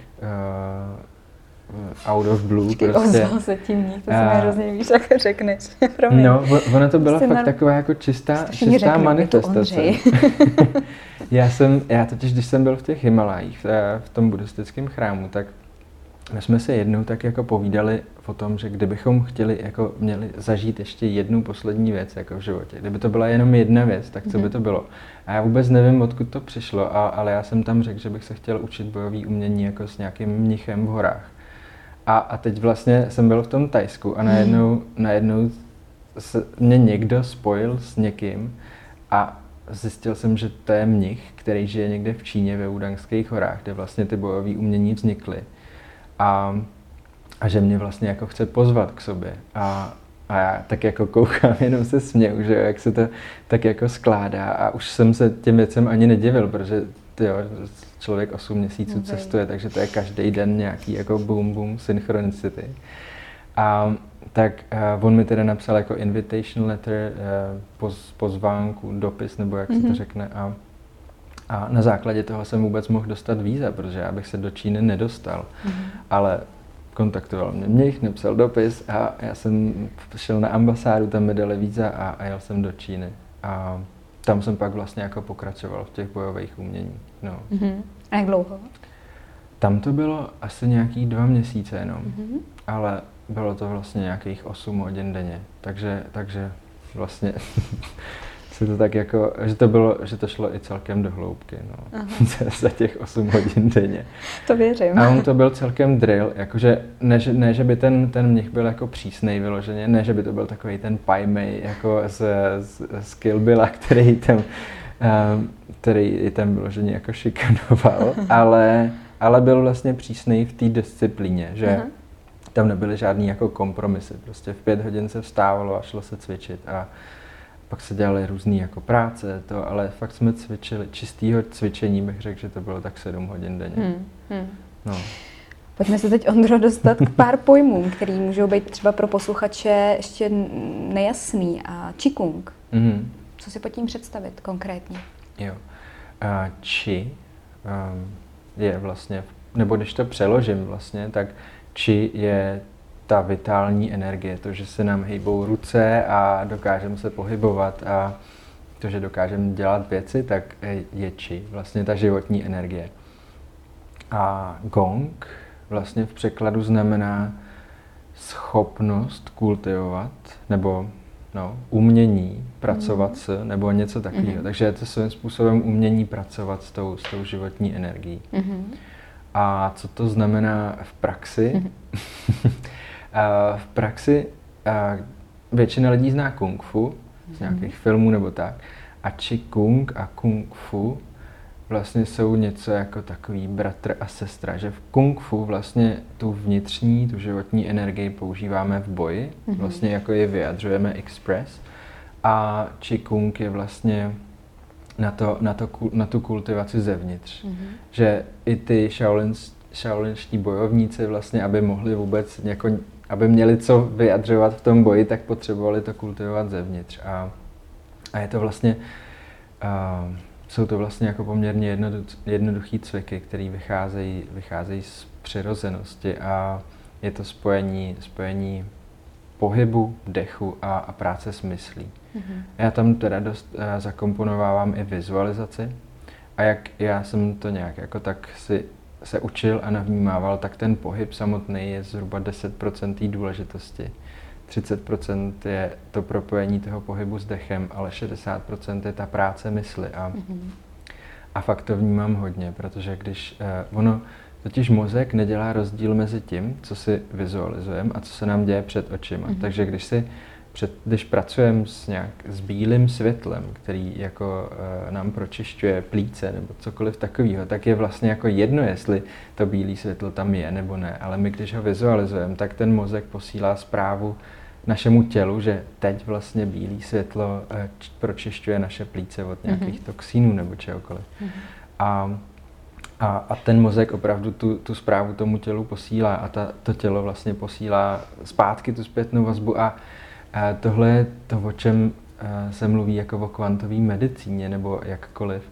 Uh, out of blue. Počkej, prostě. Ozval se tím mnich, to uh, se mi hrozně víš, jak řekneš. Promiň. No, ona to byla fakt na... taková jako čistá, čistá manifestace. já jsem, já totiž, když jsem byl v těch Himalajích, v tom buddhistickém chrámu, tak my jsme se jednou tak jako povídali o tom, že kdybychom chtěli, jako měli zažít ještě jednu poslední věc jako v životě, kdyby to byla jenom jedna věc, tak co by to bylo? A já vůbec nevím, odkud to přišlo, a, ale já jsem tam řekl, že bych se chtěl učit bojový umění jako s nějakým mnichem v horách. A, a teď vlastně jsem byl v tom Thajsku a najednou, najednou se mě někdo spojil s někým a zjistil jsem, že to je mnich, který žije někde v Číně ve Wudangských horách, kde vlastně ty bojový umění vznikly. A, a že mě vlastně jako chce pozvat k sobě. A, a já tak jako koukám, jenom se směju, že jak se to tak jako skládá. A už jsem se těm věcem ani nedivil, protože tyjo, člověk osm měsíců okay. cestuje, takže to je každý den nějaký jako boom, boom, synchronicity. A tak uh, on mi teda napsal jako invitation letter, uh, poz, pozvánku, dopis, nebo jak mm-hmm. se to řekne. A, a na základě toho jsem vůbec mohl dostat víza, protože já bych se do Číny nedostal. Mm-hmm. Ale kontaktoval mě mnich, napsal dopis a já jsem šel na ambasádu, tam mi dali víza a, a jel jsem do Číny. A tam jsem pak vlastně jako pokračoval v těch bojových umění. No. Mm-hmm. A jak dlouho? Tam to bylo asi nějaký dva měsíce jenom, mm-hmm. ale bylo to vlastně nějakých osm hodin denně, takže, takže vlastně se to tak jako, že to bylo, že to šlo i celkem do hloubky, no, za těch osm hodin denně. To věřím. A on to byl celkem drill, jakože ne, že, ne, že by ten, ten mnich byl jako přísnej vyloženě, ne, že by to byl takový ten Pai-mei jako z, z, z Kill Billa, který tam, um, který tam vyloženě jako šikanoval, ale ale byl vlastně přísnej v té disciplíně, že uh-huh. tam nebyly žádný jako kompromisy. Prostě v pět hodin se vstávalo a šlo se cvičit a pak se dělaly různý jako práce, to, ale fakt jsme cvičili, čistýho cvičení bych řekl, že to bylo tak sedm hodin denně. Hmm. Hmm. No. Pojďme se teď, Ondro, dostat k pár pojmům, který můžou být třeba pro posluchače ještě nejasný. A Qigong. Mm-hmm. Co si pod tím představit konkrétně? Jo. Uh, Qi um, je vlastně, nebo když to přeložím vlastně, tak Qi je ta vitální energie, to, že se nám hejbou ruce a dokážeme se pohybovat a to, že dokážeme dělat věci, tak je Qi, vlastně ta životní energie. A Gong vlastně v překladu znamená schopnost kultivovat, nebo no, umění pracovat mm. s, nebo něco takového. Mm. Takže je to svým způsobem umění pracovat s tou, s tou životní energií. Mm. A co to znamená v praxi? Mm. V praxi většina lidí zná kung fu, z nějakých filmů nebo tak. A Qigong a kung fu vlastně jsou něco jako takový bratr a sestra, že v kung fu vlastně tu vnitřní, tu životní energii používáme v boji, vlastně jako je vyjadřujeme express. A Qigong je vlastně na, to, na, to, na tu kultivaci zevnitř. Mm-hmm. Že i ty Shaolin, shaolinští bojovníci vlastně, aby mohli vůbec jako, aby měli co vyjadřovat v tom boji, tak potřebovali to kultivovat zevnitř. A, a je to vlastně, uh, jsou to vlastně jako poměrně jednoduch, jednoduchý cviky, které vycházejí, vycházejí z přirozenosti a je to spojení, spojení pohybu, dechu a, a práce s myslí. Mm-hmm. Já tam teda dost uh, zakomponovávám i vizualizaci a jak já jsem to nějak jako tak si se učil a navnímával, tak ten pohyb samotný je zhruba deset procent té důležitosti. třicet procent je to propojení toho pohybu s dechem, ale šedesát procent je ta práce mysli. A, mm-hmm. a fakt to vnímám hodně, protože když uh, ono, totiž mozek nedělá rozdíl mezi tím, co si vizualizujeme a co se nám děje před očima. Mm-hmm. Takže když si Před, když pracujeme s, nějak, s bílým světlem, který jako uh, nám pročišťuje plíce nebo cokoliv takového, tak je vlastně jako jedno, jestli to bílé světlo tam je nebo ne. Ale my, když ho vizualizujeme, tak ten mozek posílá zprávu našemu tělu, že teď vlastně bílé světlo uh, č- pročišťuje naše plíce od nějakých mm-hmm. toxínů nebo čehokoliv. Mm-hmm. A, a, a ten mozek opravdu tu, tu zprávu tomu tělu posílá a ta, to tělo vlastně posílá zpátky tu zpětnou vazbu a A tohle je to, o čem se mluví jako o kvantové medicíně nebo jakkoliv,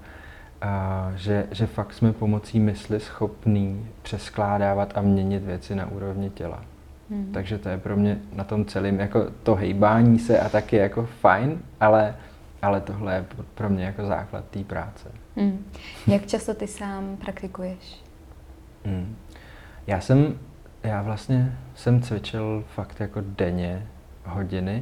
a že, že fakt jsme pomocí mysli schopní přeskládávat a měnit věci na úrovni těla. Hmm. Takže to je pro mě na tom celém jako to hejbání se a taky jako fajn, ale, ale tohle je pro mě jako základ té práce. Hmm. Jak často ty sám praktikuješ? Hmm. Já jsem, já vlastně jsem cvičil fakt jako denně, hodiny.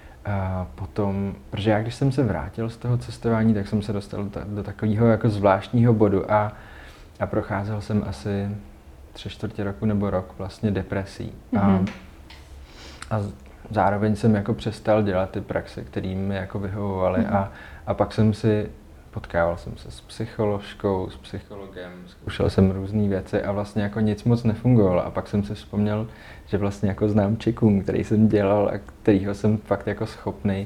A potom, protože já když jsem se vrátil z toho cestování, tak jsem se dostal do, do takového jako zvláštního bodu a, a procházel jsem asi tři čtvrtě roku nebo rok vlastně depresí. Mm-hmm. A, a zároveň jsem jako přestal dělat ty praxe, které mi jako vyhovovaly mm-hmm. a, a pak jsem si potkával jsem se s psycholožkou, s psychologem, zkoušel jsem různé věci a vlastně jako nic moc nefungovalo. A pak jsem si vzpomněl, že vlastně jako znám Qigong, který jsem dělal a kterýho jsem fakt jako schopnej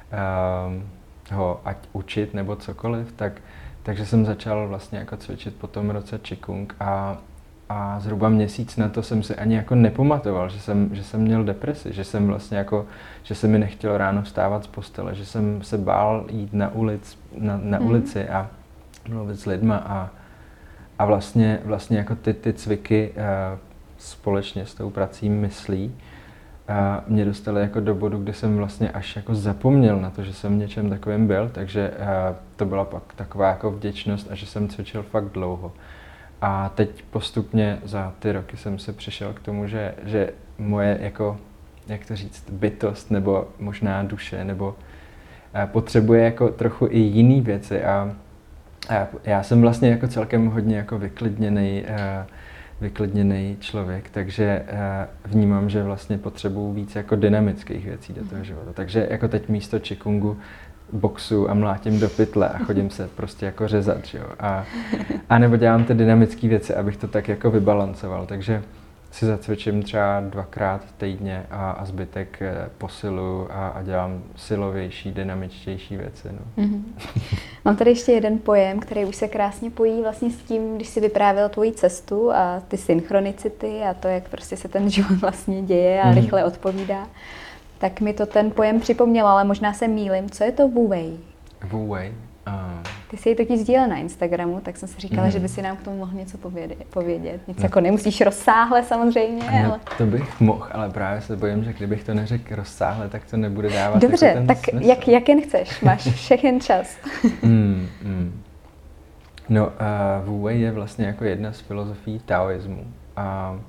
uh, ho ať učit nebo cokoliv, tak, takže jsem začal vlastně jako cvičit po tom roce Qigong a, a zhruba měsíc na to jsem si ani jako nepamatoval, že jsem, že jsem měl depresi, že jsem vlastně jako, že se mi nechtělo ráno vstávat z postele, že jsem se bál jít na, ulic, na, na mm. ulici a mluvit s lidma a, a vlastně, vlastně jako ty, ty cviky uh, společně s tou prací myslí uh, mě dostaly jako do bodu, kdy jsem vlastně až jako zapomněl na to, že jsem v něčem takovým byl, takže uh, to byla pak taková jako vděčnost a že jsem cvičil fakt dlouho. A teď postupně za ty roky jsem se přišel k tomu, že, že moje jako, jak to říct, bytost nebo možná duše nebo potřebuje jako trochu i jiný věci a, a já jsem vlastně jako celkem hodně jako vyklidněnej, vyklidněnej člověk, takže vnímám, že vlastně potřebuji víc jako dynamických věcí do toho života. Takže jako teď místo Qigongu boxu a mlátím do pytle a chodím se prostě jako řezat, jo. A, a nebo dělám ty dynamické věci, abych to tak jako vybalancoval, takže si zacvičím třeba dvakrát týdně a, a zbytek posilu a, a dělám silovější, dynamičtější věci. No. Mm-hmm. Mám tady ještě jeden pojem, který už se krásně pojí vlastně s tím, když jsi vyprávěl tvoji cestu a ty synchronicity a to, jak prostě se ten život vlastně děje a mm-hmm. rychle odpovídá. Tak mi to ten pojem připomněl, ale možná se mýlim. Co je to Wu Wei? Wu Wei? Uh... Ty jsi ji totiž sdílel na Instagramu, tak jsem si říkala, mm. že by si nám k tomu mohl něco povědět. povědět. Nic no. jako nemusíš rozsáhle samozřejmě, no, ale... To bych mohl, ale právě se bojím, že kdybych to neřekl rozsáhle, tak to nebude dávat Dobře, jako ten tak smysl. jak, jak jen chceš, máš všechen čas. mm, mm. No, uh, Wu Wei je vlastně jako jedna z filozofií taoismu. A,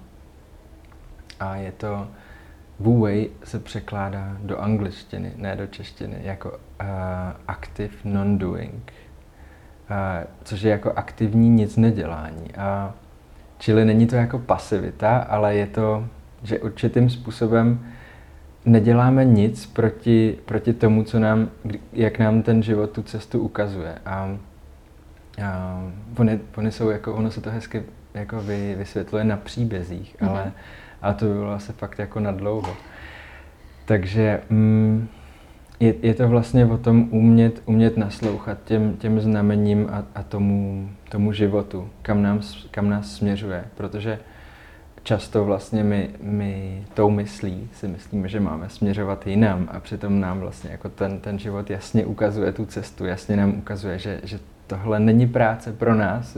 a je to... Wu Wei se překládá do angličtiny, ne do češtiny, jako uh, active non-doing, uh, což je jako aktivní nic nedělání. Uh, čili není to jako pasivita, ale je to, že určitým způsobem neděláme nic proti, proti tomu, co nám, jak nám ten život tu cestu ukazuje. A uh, oni, oni jsou jako, ono se to hezky jako vy, vysvětluje na příbězích, mm-hmm. ale ale to by bylo asi fakt jako nadlouho. Takže mm, je, je to vlastně o tom umět, umět naslouchat těm, těm znamením a, a tomu, tomu životu, kam, nám, kam nás směřuje. Protože často vlastně my, my tou myslí si myslíme, že máme směřovat jinam a přitom nám vlastně jako ten, ten život jasně ukazuje tu cestu, jasně nám ukazuje, že, že tohle není práce pro nás.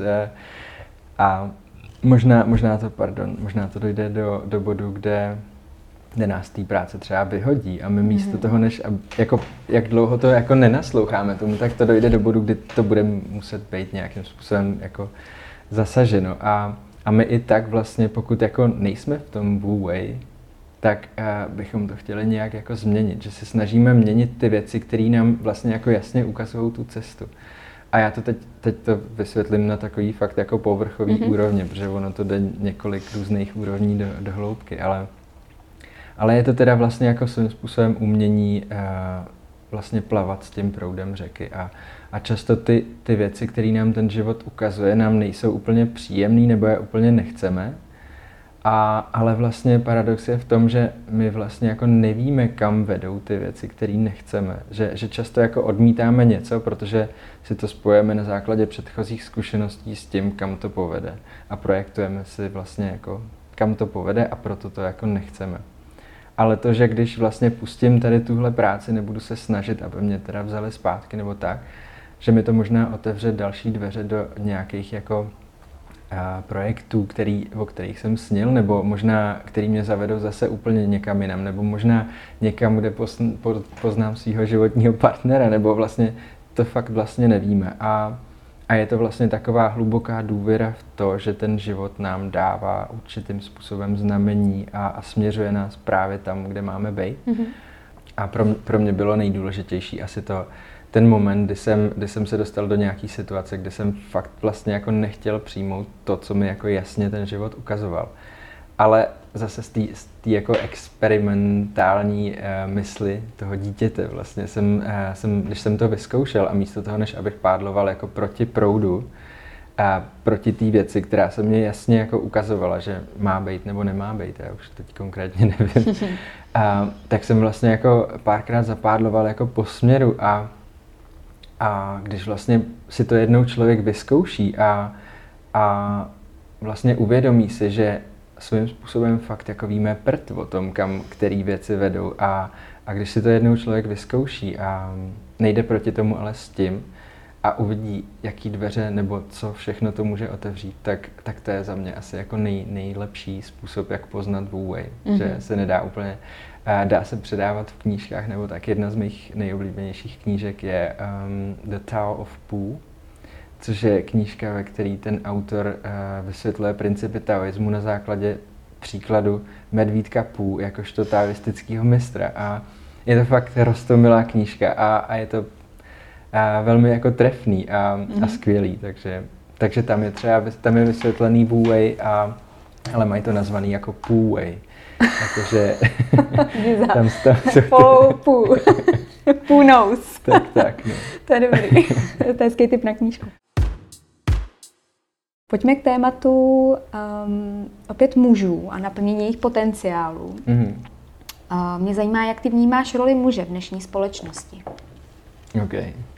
A Možná, možná to, pardon, možná to dojde do, do bodu, kde, kde nás té práce třeba vyhodí a my místo mm-hmm. toho, než, jako, jak dlouho to jako nenasloucháme tomu, tak to dojde do bodu, kdy to bude muset být nějakým způsobem jako zasaženo. A, a my i tak vlastně, pokud jako nejsme v tom Wu Wei, tak uh, bychom to chtěli nějak jako změnit, že se snažíme měnit ty věci, které nám vlastně jako jasně ukazují tu cestu. A já to teď, teď to vysvětlím na takový fakt jako povrchový mm-hmm. úrovně, protože ono to jde několik různých úrovní do, do hloubky, ale, ale je to teda vlastně jako svým způsobem umění uh, vlastně plavat s tím proudem řeky a, a často ty, ty věci, které nám ten život ukazuje, nám nejsou úplně příjemný nebo je úplně nechceme. A, ale vlastně paradox je v tom, že my vlastně jako nevíme, kam vedou ty věci, které nechceme. Že, že často jako odmítáme něco, protože si to spojujeme na základě předchozích zkušeností s tím, kam to povede. A projektujeme si vlastně jako, kam to povede a proto to jako nechceme. Ale to, že když vlastně pustím tady tuhle práci, nebudu se snažit, aby mě teda vzali zpátky nebo tak, že mi to možná otevře další dveře do nějakých jako projektů, který, o kterých jsem snil, nebo možná, který mě zavedou zase úplně někam jinam, nebo možná někam, kde posn, po, poznám svého životního partnera, nebo vlastně to fakt vlastně nevíme. A, a je to vlastně taková hluboká důvěra v to, že ten život nám dává určitým způsobem znamení a, a směřuje nás právě tam, kde máme být. Mm-hmm. A pro, pro mě bylo nejdůležitější asi to, ten moment, kdy jsem, kdy jsem se dostal do nějaký situace, kde jsem fakt vlastně jako nechtěl přijmout to, co mi jako jasně ten život ukazoval. Ale zase z té jako experimentální uh, mysli toho dítěte vlastně jsem, uh, jsem, když jsem to vyzkoušel a místo toho, než abych pádloval jako proti proudu a proti té věci, která se mě jasně jako ukazovala, že má být nebo nemá být, já už teď konkrétně nevím, uh, tak jsem vlastně jako párkrát zapádloval jako po směru a A když vlastně si to jednou člověk vyzkouší a, a vlastně uvědomí si, že svým způsobem fakt jako víme prd o tom, kam který věci vedou a, a když si to jednou člověk vyzkouší a nejde proti tomu ale s tím a uvidí, jaký dveře nebo co všechno to může otevřít, tak, tak to je za mě asi jako nej, nejlepší způsob, jak poznat Wu Wei, mm-hmm. že se nedá úplně dá se předávat v knížkách, nebo tak jedna z mých nejoblíbenějších knížek je um, The Tao of Pu, což je knížka, ve které ten autor uh, vysvětluje principy taoismu na základě příkladu medvídka Pu, jakožto taoistického mistra. A je to fakt roztomilá knížka a, a je to uh, velmi jako trefný a, mm-hmm. a skvělý, takže, takže tam je třeba tam je vysvětlený Wu Wei a ale mají to nazvaný jako poo way. Jakože tam to, poo, poo. Poo nose. Tak, tak. No. To je dobrý. To je hezký tip na knížku. Pojďme k tématu um, opět mužů a naplnění jejich potenciálu. Mm-hmm. Uh, mě zajímá, jak ty vnímáš roli muže v dnešní společnosti. OK.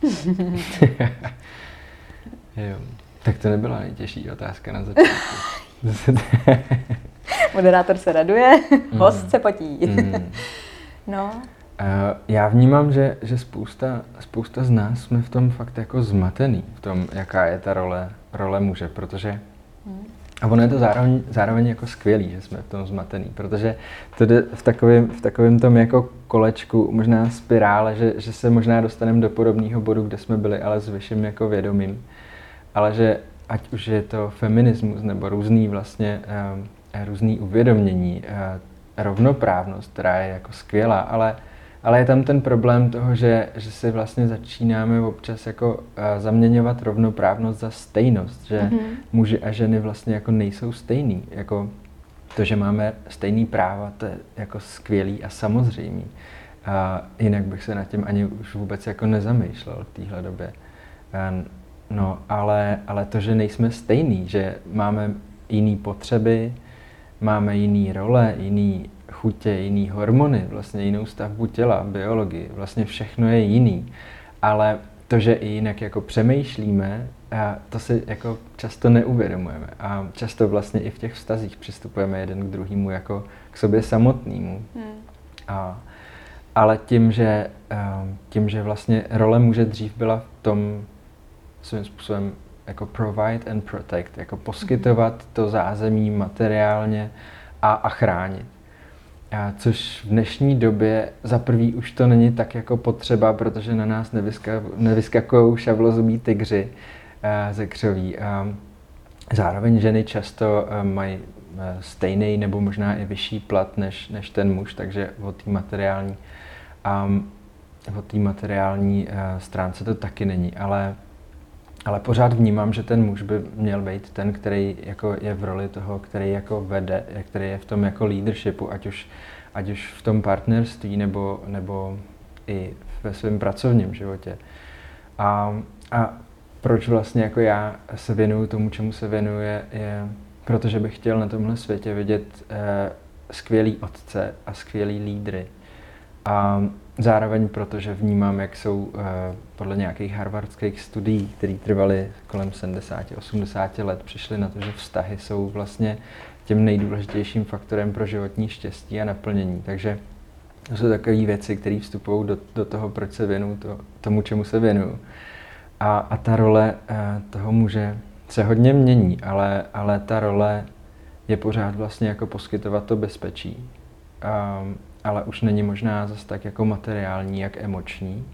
Jo. Tak to nebyla nejtěžší otázka na začátku. Moderátor se raduje, mm. host se potí. Mm. No. Uh, já vnímám, že, že spousta, spousta z nás jsme v tom fakt jako zmatený, v tom, jaká je ta role, role muže, protože mm. a ono je to zároveň, zároveň jako skvělý, že jsme v tom zmatený, protože to jde v takovém, v takovém tom jako kolečku, možná spirále, že, že se možná dostaneme do podobného bodu, kde jsme byli, ale s vyšším jako vědomím. Ale že ať už je to feminismus nebo různý vlastně uh, různý uvědomění, uh, rovnoprávnost, která je jako skvělá, ale, ale je tam ten problém toho, že, že si vlastně začínáme občas jako uh, zaměňovat rovnoprávnost za stejnost, že mm-hmm. muži a ženy vlastně jako nejsou stejný. Jako to, že máme stejný práva, to je jako skvělý a samozřejmý. A jinak bych se nad tím ani už vůbec jako nezamýšlel v téhle době. Um, No, ale, ale to, že nejsme stejný, že máme jiný potřeby, máme jiný role, jiný chutě, jiný hormony, vlastně jinou stavbu těla, biologii, vlastně všechno je jiný. Ale to, že i jinak jako přemýšlíme, a to si jako často neuvědomujeme. A často vlastně i v těch vztazích přistupujeme jeden k druhému jako k sobě samotnému. Hmm. A, ale tím že, tím, že vlastně role muže dřív byla v tom, svým způsobem jako provide and protect, jako poskytovat to zázemí materiálně a, a chránit. A což v dnešní době za prvý už to není tak jako potřeba, protože na nás nevyska, nevyskakují šavlozubí tygři uh, ze křoví. A zároveň ženy často uh, mají uh, stejný nebo možná i vyšší plat než, než ten muž, takže o té materiální, um, o té materiální uh, stránce to taky není, ale Ale pořád vnímám, že ten muž by měl být ten, který jako je v roli toho, který jako vede, který je v tom jako leadershipu, ať už, ať už v tom partnerství nebo, nebo i ve svém pracovním životě. A, a proč vlastně jako já se věnuju tomu, čemu se věnuje, je protože bych chtěl na tomhle světě vidět eh, skvělý otce a skvělý lídry. A zároveň protože vnímám, jak jsou uh, podle nějakých harvardských studií, které trvaly kolem sedmdesát osmdesát let, přišli na to, že vztahy jsou vlastně tím nejdůležitějším faktorem pro životní štěstí a naplnění. Takže to jsou takové věci, které vstupují do, do toho, proč se věnuju to, tomu, čemu se věnuju. A, a ta role uh, toho muže se hodně mění, ale, ale ta role je pořád vlastně jako poskytovat to bezpečí. Um, ale už není možná zase tak jako materiální, jak emoční.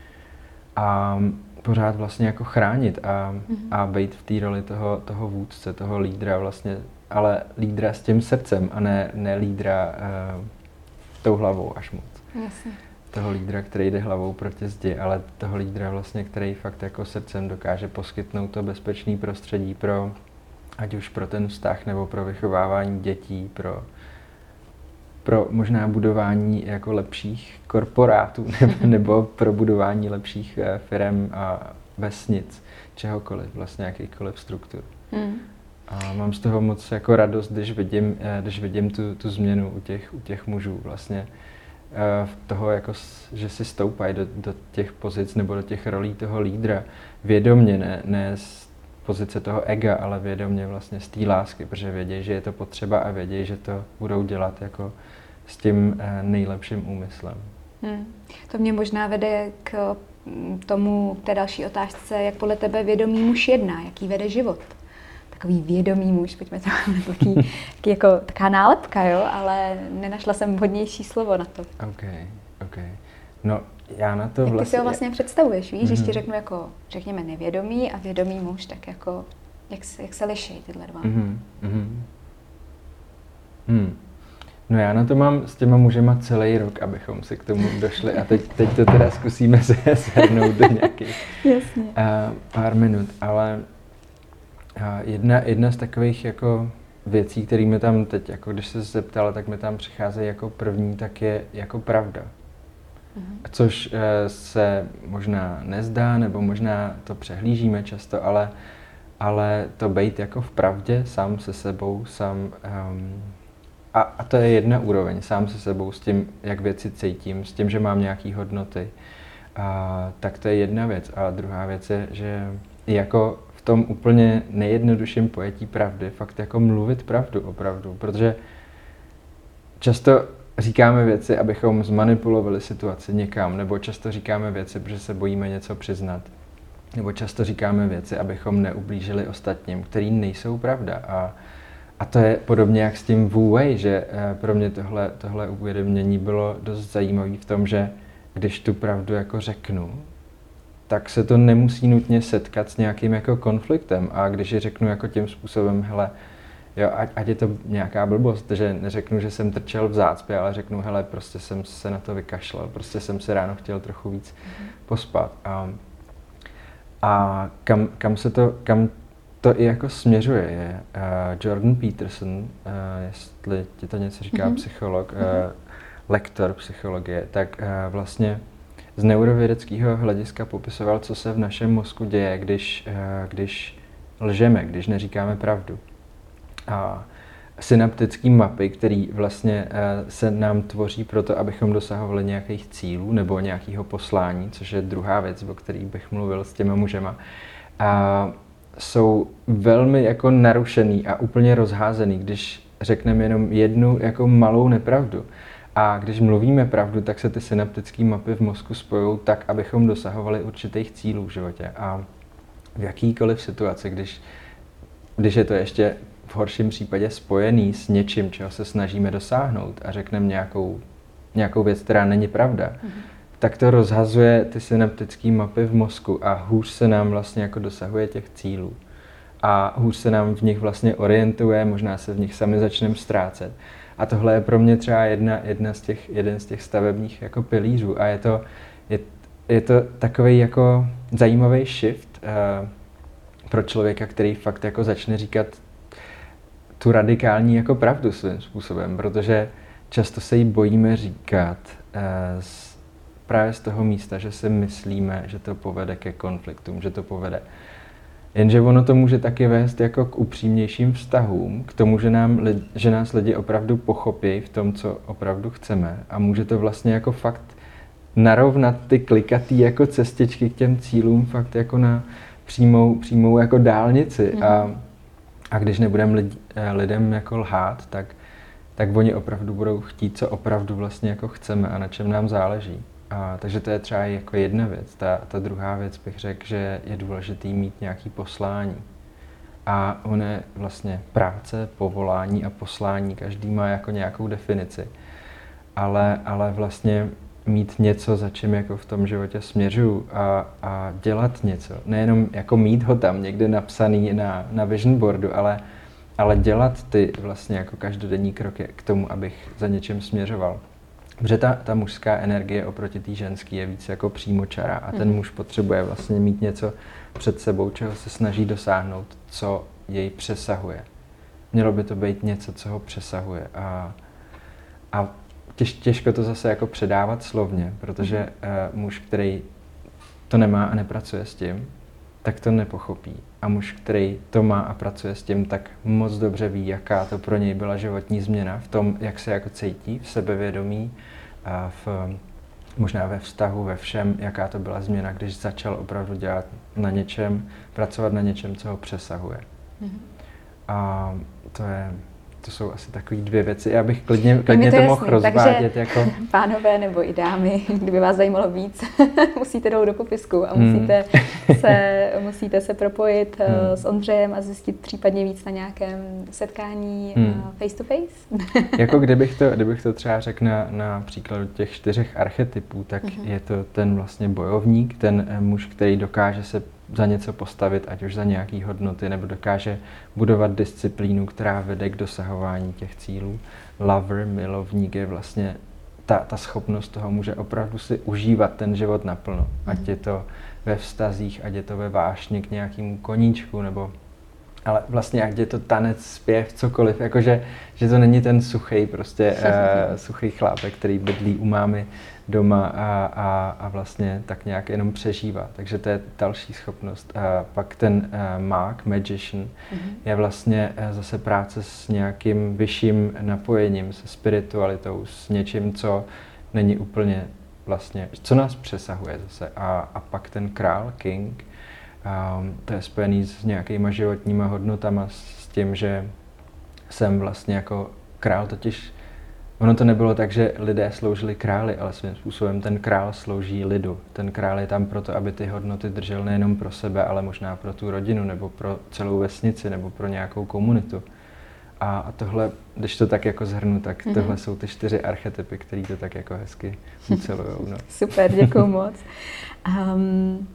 A pořád vlastně jako chránit a, mm-hmm. a být v té roli toho, toho vůdce, toho lídra vlastně, ale lídra s tím srdcem a ne, ne lídra uh, tou hlavou až moc. Jasně. Toho lídra, který jde hlavou proti zdi, ale toho lídra vlastně, který fakt jako srdcem dokáže poskytnout to bezpečné prostředí pro, ať už pro ten vztah nebo pro vychovávání dětí, pro pro možná budování jako lepších korporátů nebo, nebo pro budování lepších firem a vesnic, čehokoliv, vlastně jakýchkoliv struktur. Mm. A mám z toho moc jako radost, když vidím, když vidím tu, tu změnu u těch, u těch mužů vlastně. V toho, jako, že si stoupají do, do těch pozic nebo do těch rolí toho lídra vědomě, ne, ne z pozice toho ega, ale vědomě vlastně z té lásky, protože vědějí, že je to potřeba a vědějí, že to budou dělat jako s tím nejlepším úmyslem. Hmm. To mě možná vede k tomu, k té další otázce, jak podle tebe vědomý muž jedná, jaký vede život. Takový vědomý muž, pojďme to takový, takový jako taková nálepka, jo, ale nenašla jsem vhodnější slovo na to. OK, OK. No, já na to jak vlastně... ty si ho vlastně představuješ, víš, mm-hmm. když ti řeknu jako, řekněme, nevědomý a vědomý muž, tak jako, jak se, jak se liší tyhle dva? Mm-hmm. Mm-hmm. Hmm. No já na to mám s těma mužema celý rok, abychom si k tomu došli a teď, teď to teda zkusíme shrnout do nějakých Jasně. Uh, pár minut, ale uh, jedna, jedna z takových jako věcí, které mi tam teď, jako když se zeptala, tak mi tam přicházejí jako první, tak je jako pravda. Mm-hmm. Což e, se možná nezdá, nebo možná to přehlížíme často, ale, ale to být jako v pravdě, sám se sebou, sám... Um, a, a to je jedna úroveň, sám se sebou, s tím, jak věci cítím, s tím, že mám nějaké hodnoty. A, tak to je jedna věc. A druhá věc je, že jako v tom úplně nejjednodušším pojetí pravdy, fakt jako mluvit pravdu opravdu, protože často říkáme věci, abychom zmanipulovali situaci někam, nebo často říkáme věci, protože se bojíme něco přiznat, nebo často říkáme věci, abychom neublížili ostatním, který nejsou pravda. A, a to je podobně jak s tím Wu Wei, že pro mě tohle, tohle uvědomění bylo dost zajímavé v tom, že když tu pravdu jako řeknu, tak se to nemusí nutně setkat s nějakým jako konfliktem. A když ji řeknu jako tím způsobem, hele, jo, ať, ať je to nějaká blbost, že neřeknu, že jsem trčel v zácpě, ale řeknu, hele, prostě jsem se na to vykašlal, prostě jsem se ráno chtěl trochu víc mm. pospat. A, a kam, kam se to, kam to i jako směřuje, je uh, Jordan Peterson, uh, jestli ti to něco říká, mm-hmm. psycholog, uh, lektor psychologie, tak uh, vlastně z neurovědeckého hlediska popisoval, co se v našem mozku děje, když, uh, když lžeme, když neříkáme pravdu. A synaptické mapy, které vlastně uh, se nám tvoří proto, abychom dosahovali nějakých cílů nebo nějakého poslání, což je druhá věc, o které bych mluvil s těma mužema, a jsou velmi jako narušený a úplně rozházený, když řekneme jenom jednu jako malou nepravdu. A když mluvíme pravdu, tak se ty synaptické mapy v mozku spojují tak, abychom dosahovali určitých cílů v životě. A v jakýkoliv situaci, když, když je to ještě v horším případě spojený s něčím, čeho se snažíme dosáhnout a řekneme nějakou, nějakou věc, která není pravda, mm-hmm. tak to rozhazuje ty synaptické mapy v mozku a hůř se nám vlastně jako dosahuje těch cílů. A hůř se nám v nich vlastně orientuje, možná se v nich sami začneme ztrácet. A tohle je pro mě třeba jedna, jedna z těch, jeden z těch stavebních jako pilířů. A je to, je, je to takový jako zajímavý shift uh, pro člověka, který fakt jako začne říkat tu radikální jako pravdu svým způsobem, protože často se jí bojíme říkat uh, z, právě z toho místa, že si myslíme, že to povede ke konfliktům, že to povede. Jenže ono to může taky vést jako k upřímnějším vztahům, k tomu, že, nám, že nás lidi opravdu pochopí v tom, co opravdu chceme, a může to vlastně jako fakt narovnat ty klikatý jako cestičky k těm cílům fakt jako na přímou, přímou jako dálnici. Mm. A, a když nebudeme lid, lidem jako lhát, tak, tak oni opravdu budou chtít, co opravdu vlastně jako chceme a na čem nám záleží. A, takže to je třeba jako jedna věc. Ta, ta druhá věc bych řekl, že je důležitý mít nějaký poslání. A ono je vlastně práce, povolání a poslání. Každý má jako nějakou definici. Ale, ale vlastně mít něco, za čím jako v tom životě směřuju a, a dělat něco. Nejenom jako mít ho tam někde napsaný na, na vision boardu, ale, ale dělat ty vlastně jako každodenní kroky k tomu, abych za něčím směřoval. Protože ta, ta mužská energie oproti té ženské je víc jako přímočará a ten muž potřebuje vlastně mít něco před sebou, čeho se snaží dosáhnout, co jej přesahuje. Mělo by to být něco, co ho přesahuje. A, a těž, těžko to zase jako předávat slovně, protože uh, muž, který to nemá a nepracuje s tím, tak to nepochopí. A muž, který to má a pracuje s tím, tak moc dobře ví, jaká to pro něj byla životní změna v tom, jak se jako cítí, v sebevědomí, a v, možná ve vztahu, ve všem, jaká to byla změna, když začal opravdu dělat na něčem, pracovat na něčem, co ho přesahuje. Mm-hmm. A to je... To jsou asi takové dvě věci. Já bych klidně, klidně to, to mohl rozvádět. Takže, jako... pánové nebo i dámy, kdyby vás zajímalo víc, musíte jít do popisku a musíte, hmm. se, musíte se propojit hmm. s Ondřejem a zjistit případně víc na nějakém setkání hmm. face to face. Jako kdybych to, kdybych to třeba řekl na, na příkladu těch čtyřech archetypů, tak hmm. je to ten vlastně bojovník, ten muž, který dokáže se za něco postavit, ať už za nějaký hodnoty, nebo dokáže budovat disciplínu, která vede k dosahování těch cílů. Lover, milovník je vlastně ta, ta schopnost toho muže opravdu si užívat ten život naplno. Mm. Ať je to ve vztazích, ať je to ve vášni k nějakému koníčku, nebo ale vlastně ať je to tanec, zpěv, cokoliv, jakože že to není ten suchý prostě uh, suchý chlápek, který bydlí u mámy doma a, a, a vlastně tak nějak jenom přežívá. Takže to je další schopnost. A pak ten uh, mák, magician, mm-hmm. je vlastně uh, zase práce s nějakým vyšším napojením, se spiritualitou, s něčím, co není úplně vlastně, co nás přesahuje zase. A, a pak ten král, king, um, to je spojený s nějakýma životníma hodnotama, s tím, že jsem vlastně jako král, totiž ono to nebylo tak, že lidé sloužili králi, ale svým způsobem ten král slouží lidu. Ten král je tam proto, aby ty hodnoty držel nejenom pro sebe, ale možná pro tu rodinu, nebo pro celou vesnici, nebo pro nějakou komunitu. A, a tohle, když to tak jako zhrnu, tak mm-hmm. tohle jsou ty čtyři archetypy, které to tak jako hezky ucelujou. No. Super, děkuju moc. Um,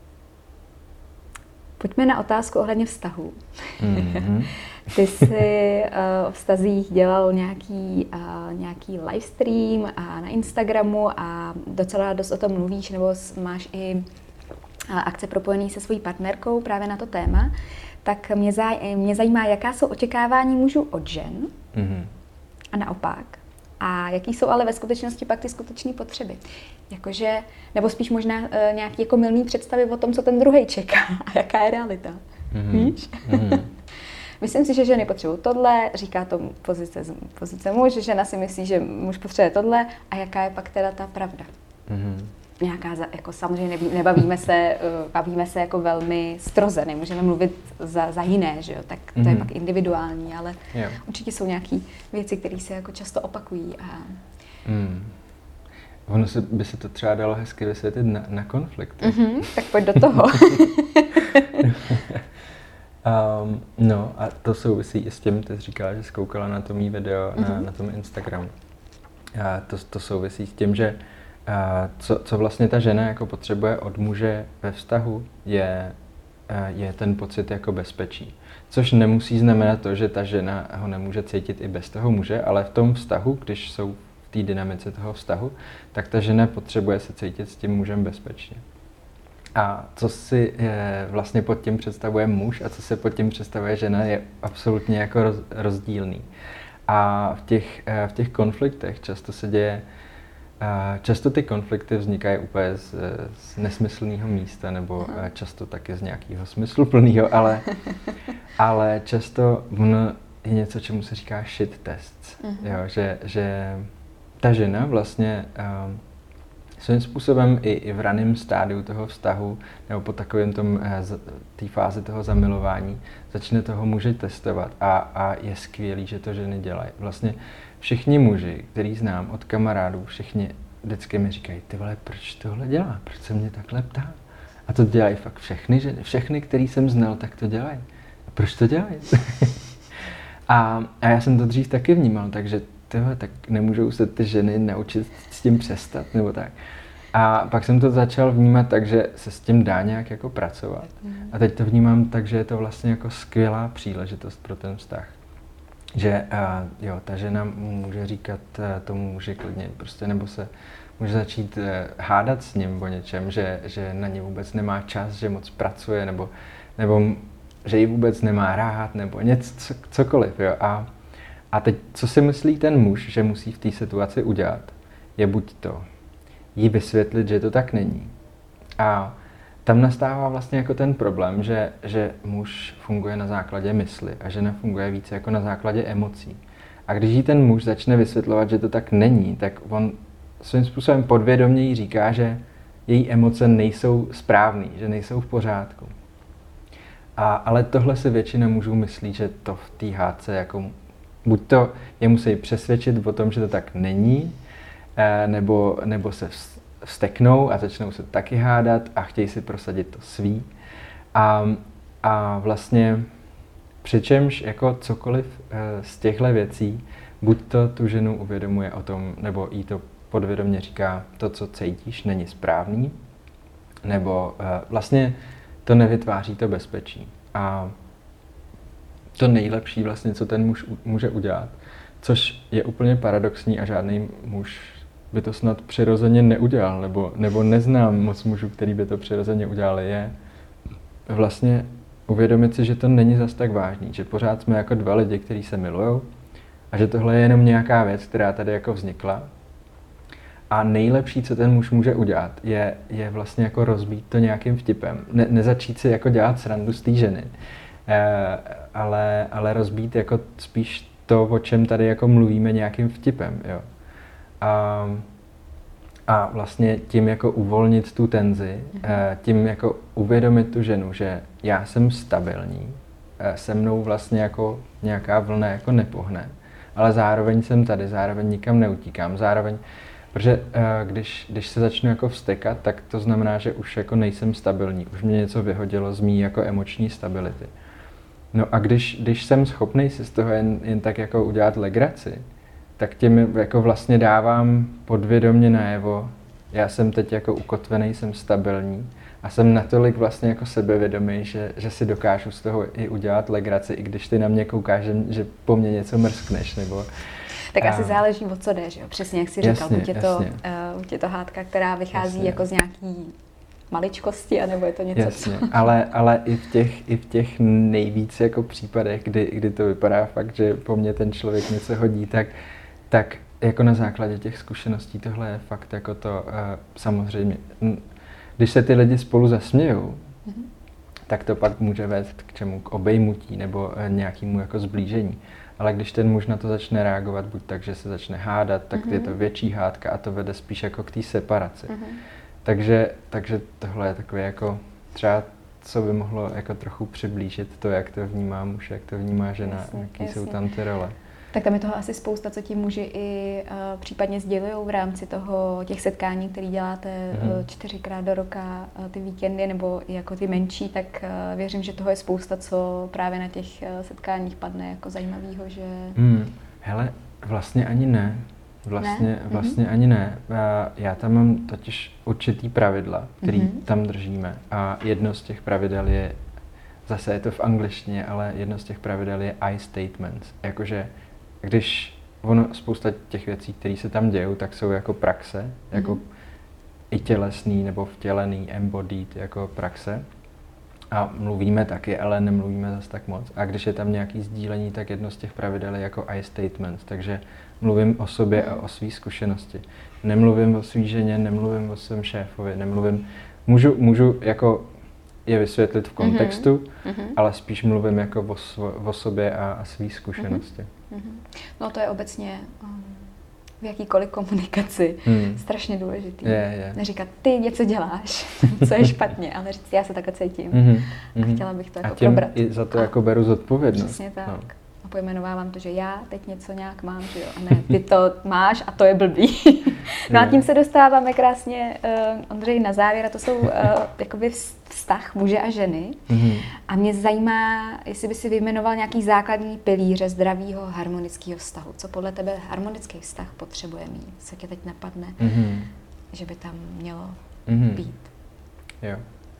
pojďme na otázku ohledně vztahů. Mm-hmm. Ty jsi uh, o vztazích dělal nějaký, uh, nějaký livestream a na Instagramu a docela dost o tom mluvíš, nebo máš i uh, akce propojený se svojí partnerkou právě na to téma. Tak mě, zaj- mě zajímá, jaká jsou očekávání mužů od žen mm-hmm. a naopak. A jaký jsou ale ve skutečnosti pak ty skutečné potřeby. Jakože, nebo spíš možná uh, nějaký jako mylný představy o tom, co ten druhej čeká a jaká je realita. Mm-hmm. Víš? Mm-hmm. Myslím si, že ženy potřebují tohle, říká to pozice, pozice muž, žena si myslí, že muž potřebuje tohle a jaká je pak teda ta pravda. Mm-hmm. Nějaká, jako samozřejmě nebavíme se, bavíme se jako velmi stroze, nemůžeme mluvit za, za jiné, že jo, tak to mm-hmm. je pak individuální, ale jo. Určitě jsou nějaké věci, které se jako často opakují. A... Mm. Ono se, by se to třeba dalo hezky vysvětlit na, na konflikty. Mm-hmm, tak pojď do toho. Um, no a to souvisí i s tím, ty jsi říkala, že jsi koukala na to mý video mm-hmm. na, na tom Instagramu. A to, to souvisí s tím, že a co, co vlastně ta žena jako potřebuje od muže ve vztahu, je, je ten pocit jako bezpečí. Což nemusí znamenat to, že ta žena ho nemůže cítit i bez toho muže, ale v tom vztahu, když jsou v té dynamice toho vztahu, tak ta žena potřebuje se cítit s tím mužem bezpečně. A co si je, vlastně pod tím představuje muž a co se pod tím představuje žena, je absolutně jako roz, rozdílný. A v těch, v těch konfliktech často se děje, často ty konflikty vznikají úplně z, z nesmyslného místa, nebo často taky z nějakého smysluplného, ale, ale často ono je něco, čemu se říká shit tests. Uh-huh. Jo, že, že ta žena vlastně um, svým způsobem i, i v raném stádiu toho vztahu nebo po takovém tom, té fázi toho zamilování začne toho muže testovat a, a je skvělý, že to ženy dělají. Vlastně všichni muži, který znám od kamarádů, všichni vždycky mi říkají, ty vole, proč tohle dělá, proč se mě takhle ptá? A to dělají fakt všechny ženy, všechny, který jsem znal, tak to dělají. A proč to dělají? a, a já jsem to dřív taky vnímal, takže tyhle, tak nemůžou se ty ženy naučit s tím přestat, nebo tak. A pak jsem to začal vnímat tak, že se s tím dá nějak jako pracovat. Mm. A teď to vnímám tak, že je to vlastně jako skvělá příležitost pro ten vztah. Že uh, jo, ta žena může říkat uh, tomu muži klidně, prostě, nebo se může začít uh, hádat s ním o něčem, že, že na ně vůbec nemá čas, že moc pracuje, nebo, nebo že ji vůbec nemá rád, nebo něco, co, cokoliv. Jo. A, a teď, co si myslí ten muž, že musí v té situaci udělat, je buď to jí vysvětlit, že to tak není. A tam nastává vlastně jako ten problém, že, že muž funguje na základě mysli a žena funguje více jako na základě emocí. A když jí ten muž začne vysvětlovat, že to tak není, tak on svým způsobem podvědomě jí říká, že její emoce nejsou správný, že nejsou v pořádku. A, ale tohle si většina mužů myslí, že to v té hádce jako buď to je musí přesvědčit o tom, že to tak není, nebo, nebo se vzteknou a začnou se taky hádat a chtějí si prosadit to svý. A, a vlastně přičemž jako cokoliv z těchto věcí, buď to tu ženu uvědomuje o tom, nebo jí to podvědomě říká, to, co cítíš, není správný, nebo vlastně to nevytváří to bezpečí. A to nejlepší vlastně, co ten muž může udělat, což je úplně paradoxní a žádný muž by to snad přirozeně neudělal, nebo, nebo neznám moc mužů, který by to přirozeně udělali, je vlastně uvědomit si, že to není zas tak vážný, že pořád jsme jako dva lidi, kteří se milujou a že tohle je jenom nějaká věc, která tady jako vznikla. A nejlepší, co ten muž může udělat, je, je vlastně jako rozbít to nějakým vtipem. Ne, nezačít si jako dělat srandu z té ženy, e, ale, ale rozbít jako spíš to, o čem tady jako mluvíme, nějakým vtipem. Jo. A, a vlastně tím jako uvolnit tu tenzi, e, tím jako uvědomit tu ženu, že já jsem stabilní, e, se mnou vlastně jako nějaká vlna jako nepohne, ale zároveň jsem tady, zároveň nikam neutíkám, zároveň protože uh, když, když se začnu jako vztekat, tak to znamená, že už jako nejsem stabilní, už mě něco vyhodilo z mý jako emoční stability. No a když, když jsem schopný si z toho jen, jen tak jako udělat legraci, tak tím jako vlastně dávám podvědomě najevo, já jsem teď jako ukotvený, jsem stabilní a jsem natolik vlastně jako sebevědomý, že, že si dokážu z toho i udělat legraci, i když ty na mě koukáš, že, že po mně něco mrskneš, nebo tak asi záleží, o co jde, že jo? Přesně jak jsi říkal, buď je to, uh, je to hádka, která vychází jasně. jako z nějaký maličkosti, anebo je to něco, jasně. co... ale, ale i v těch, i v těch nejvíc jako případech, kdy, kdy to vypadá fakt, že po mně ten člověk něco hodí, tak, tak jako na základě těch zkušeností tohle je fakt jako to, uh, samozřejmě, když se ty lidi spolu zasmějou, mm-hmm. tak to pak může vést k čemu? K obejmutí nebo uh, nějakému jako zblížení. Ale když ten muž na to začne reagovat buď tak, že se začne hádat, tak mm-hmm. je to větší hádka a to vede spíš jako k té separaci. Mm-hmm. Takže, takže tohle je takové jako třeba, co by mohlo jako trochu přiblížit to, jak to vnímá muž, jak to vnímá žena, jasně, jaký jasně. jsou tam ty role. Tak tam je toho asi spousta, co ti muži i uh, případně sdělujou v rámci toho těch setkání, které děláte mm-hmm. uh, čtyřikrát do roka, uh, ty víkendy nebo jako ty menší, tak uh, věřím, že toho je spousta, co právě na těch uh, setkáních padne jako zajímavého, že... Hmm. Hele, vlastně ani ne. Vlastně, ne? vlastně mm-hmm. ani ne. Já tam mám totiž určitý pravidla, který mm-hmm. tam držíme a jedno z těch pravidel je, zase je to v angličtině, ale jedno z těch pravidel je I statements, jakože když ono, spousta těch věcí, které se tam dějou, tak jsou jako praxe, mm-hmm. jako i tělesný nebo vtělený, embodied jako praxe. A mluvíme taky, ale nemluvíme zase tak moc. A když je tam nějaký sdílení, tak jedno z těch pravidel je jako I statements. Takže mluvím o sobě a o své zkušenosti. Nemluvím o svý ženě, nemluvím o svém šéfovi, nemluvím... Můžu, můžu jako je vysvětlit v kontextu, mm-hmm. ale spíš mluvím jako o, svo, o sobě a, a své zkušenosti. Mm-hmm. No to je obecně um, v jakýkoliv komunikaci hmm. strašně důležitý. Je, je. Neříkat, ty něco děláš, co je špatně, ale říct, já se takhle cítím. Mm-hmm. A chtěla bych to jako a tím probrat. I za to a jako beru zodpovědnost. Přesně tak. No. A pojmenovávám to, že já teď něco nějak mám, že jo, a ne, ty to máš a to je blbý. No a tím se dostáváme krásně, uh, Ondřej, na závěr, a to jsou uh, jakoby vztah muže a ženy. Mm-hmm. A mě zajímá, jestli by si vyjmenoval nějaký základní pilíře zdravého harmonického vztahu. Co podle tebe harmonický vztah potřebuje mít? Co tě teď napadne, mm-hmm. že by tam mělo mm-hmm. být? Jo.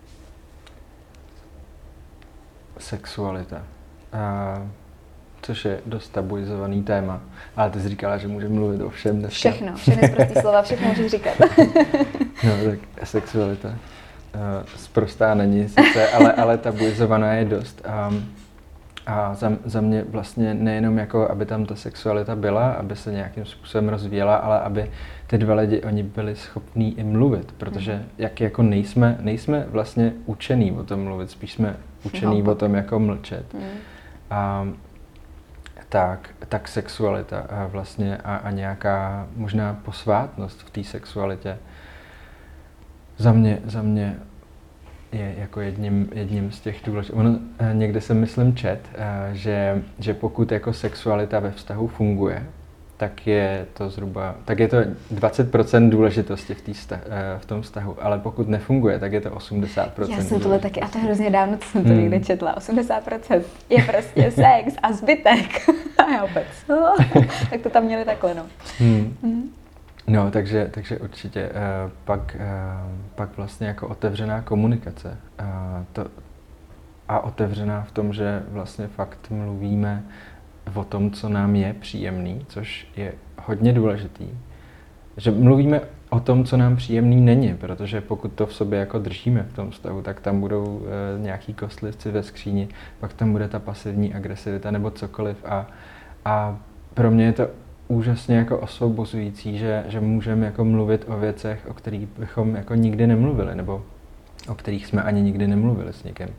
Sexualita. Uh... Což je dost tabuizovaný téma. Ale ty jsi říkala, že můžeme mluvit o všem dneska. Všechno, všechny zprostý slova, všechno můžeš říkat. No tak sexualita. Uh, sprostá není sice, ale, ale tabuizovaná je dost. Um, a za, za mě vlastně nejenom jako, aby tam ta sexualita byla, aby se nějakým způsobem rozvíjela, ale aby ty dva lidi, oni byli schopní i mluvit, protože mm. jak jako nejsme, nejsme vlastně učení o tom mluvit, spíš jsme učení no, o tom jako mlčet. Mm. A, Tak, tak sexualita a vlastně a, a nějaká možná posvátnost v té sexualitě za mě, za mě je jako jedním, jedním z těch důležitých. Ono někde jsem myslím čet, že, že pokud jako sexualita ve vztahu funguje, tak je to zhruba, tak je to dvacet procent důležitosti v, tý sta, v tom vztahu, ale pokud nefunguje, tak je to osmdesát procent. Já jsem tohle taky, a to je hrozně dávno, co jsem to hmm. někde četla, osmdesát procent je prostě sex a zbytek. A já vůbec. No, tak to tam měli takhle, no. Hmm. Hmm. No, takže, takže určitě uh, pak, uh, pak vlastně jako otevřená komunikace. Uh, to, a otevřená v tom, že vlastně fakt mluvíme o tom, co nám je příjemný, což je hodně důležitý. Že mluvíme o tom, co nám příjemný není, protože pokud to v sobě jako držíme v tom vztahu, tak tam budou e, nějaký kostlivci ve skříni, pak tam bude ta pasivní agresivita nebo cokoliv a, a pro mě je to úžasně jako osvobozující, že, že můžeme jako mluvit o věcech, o kterých bychom jako nikdy nemluvili, nebo o kterých jsme ani nikdy nemluvili s někým.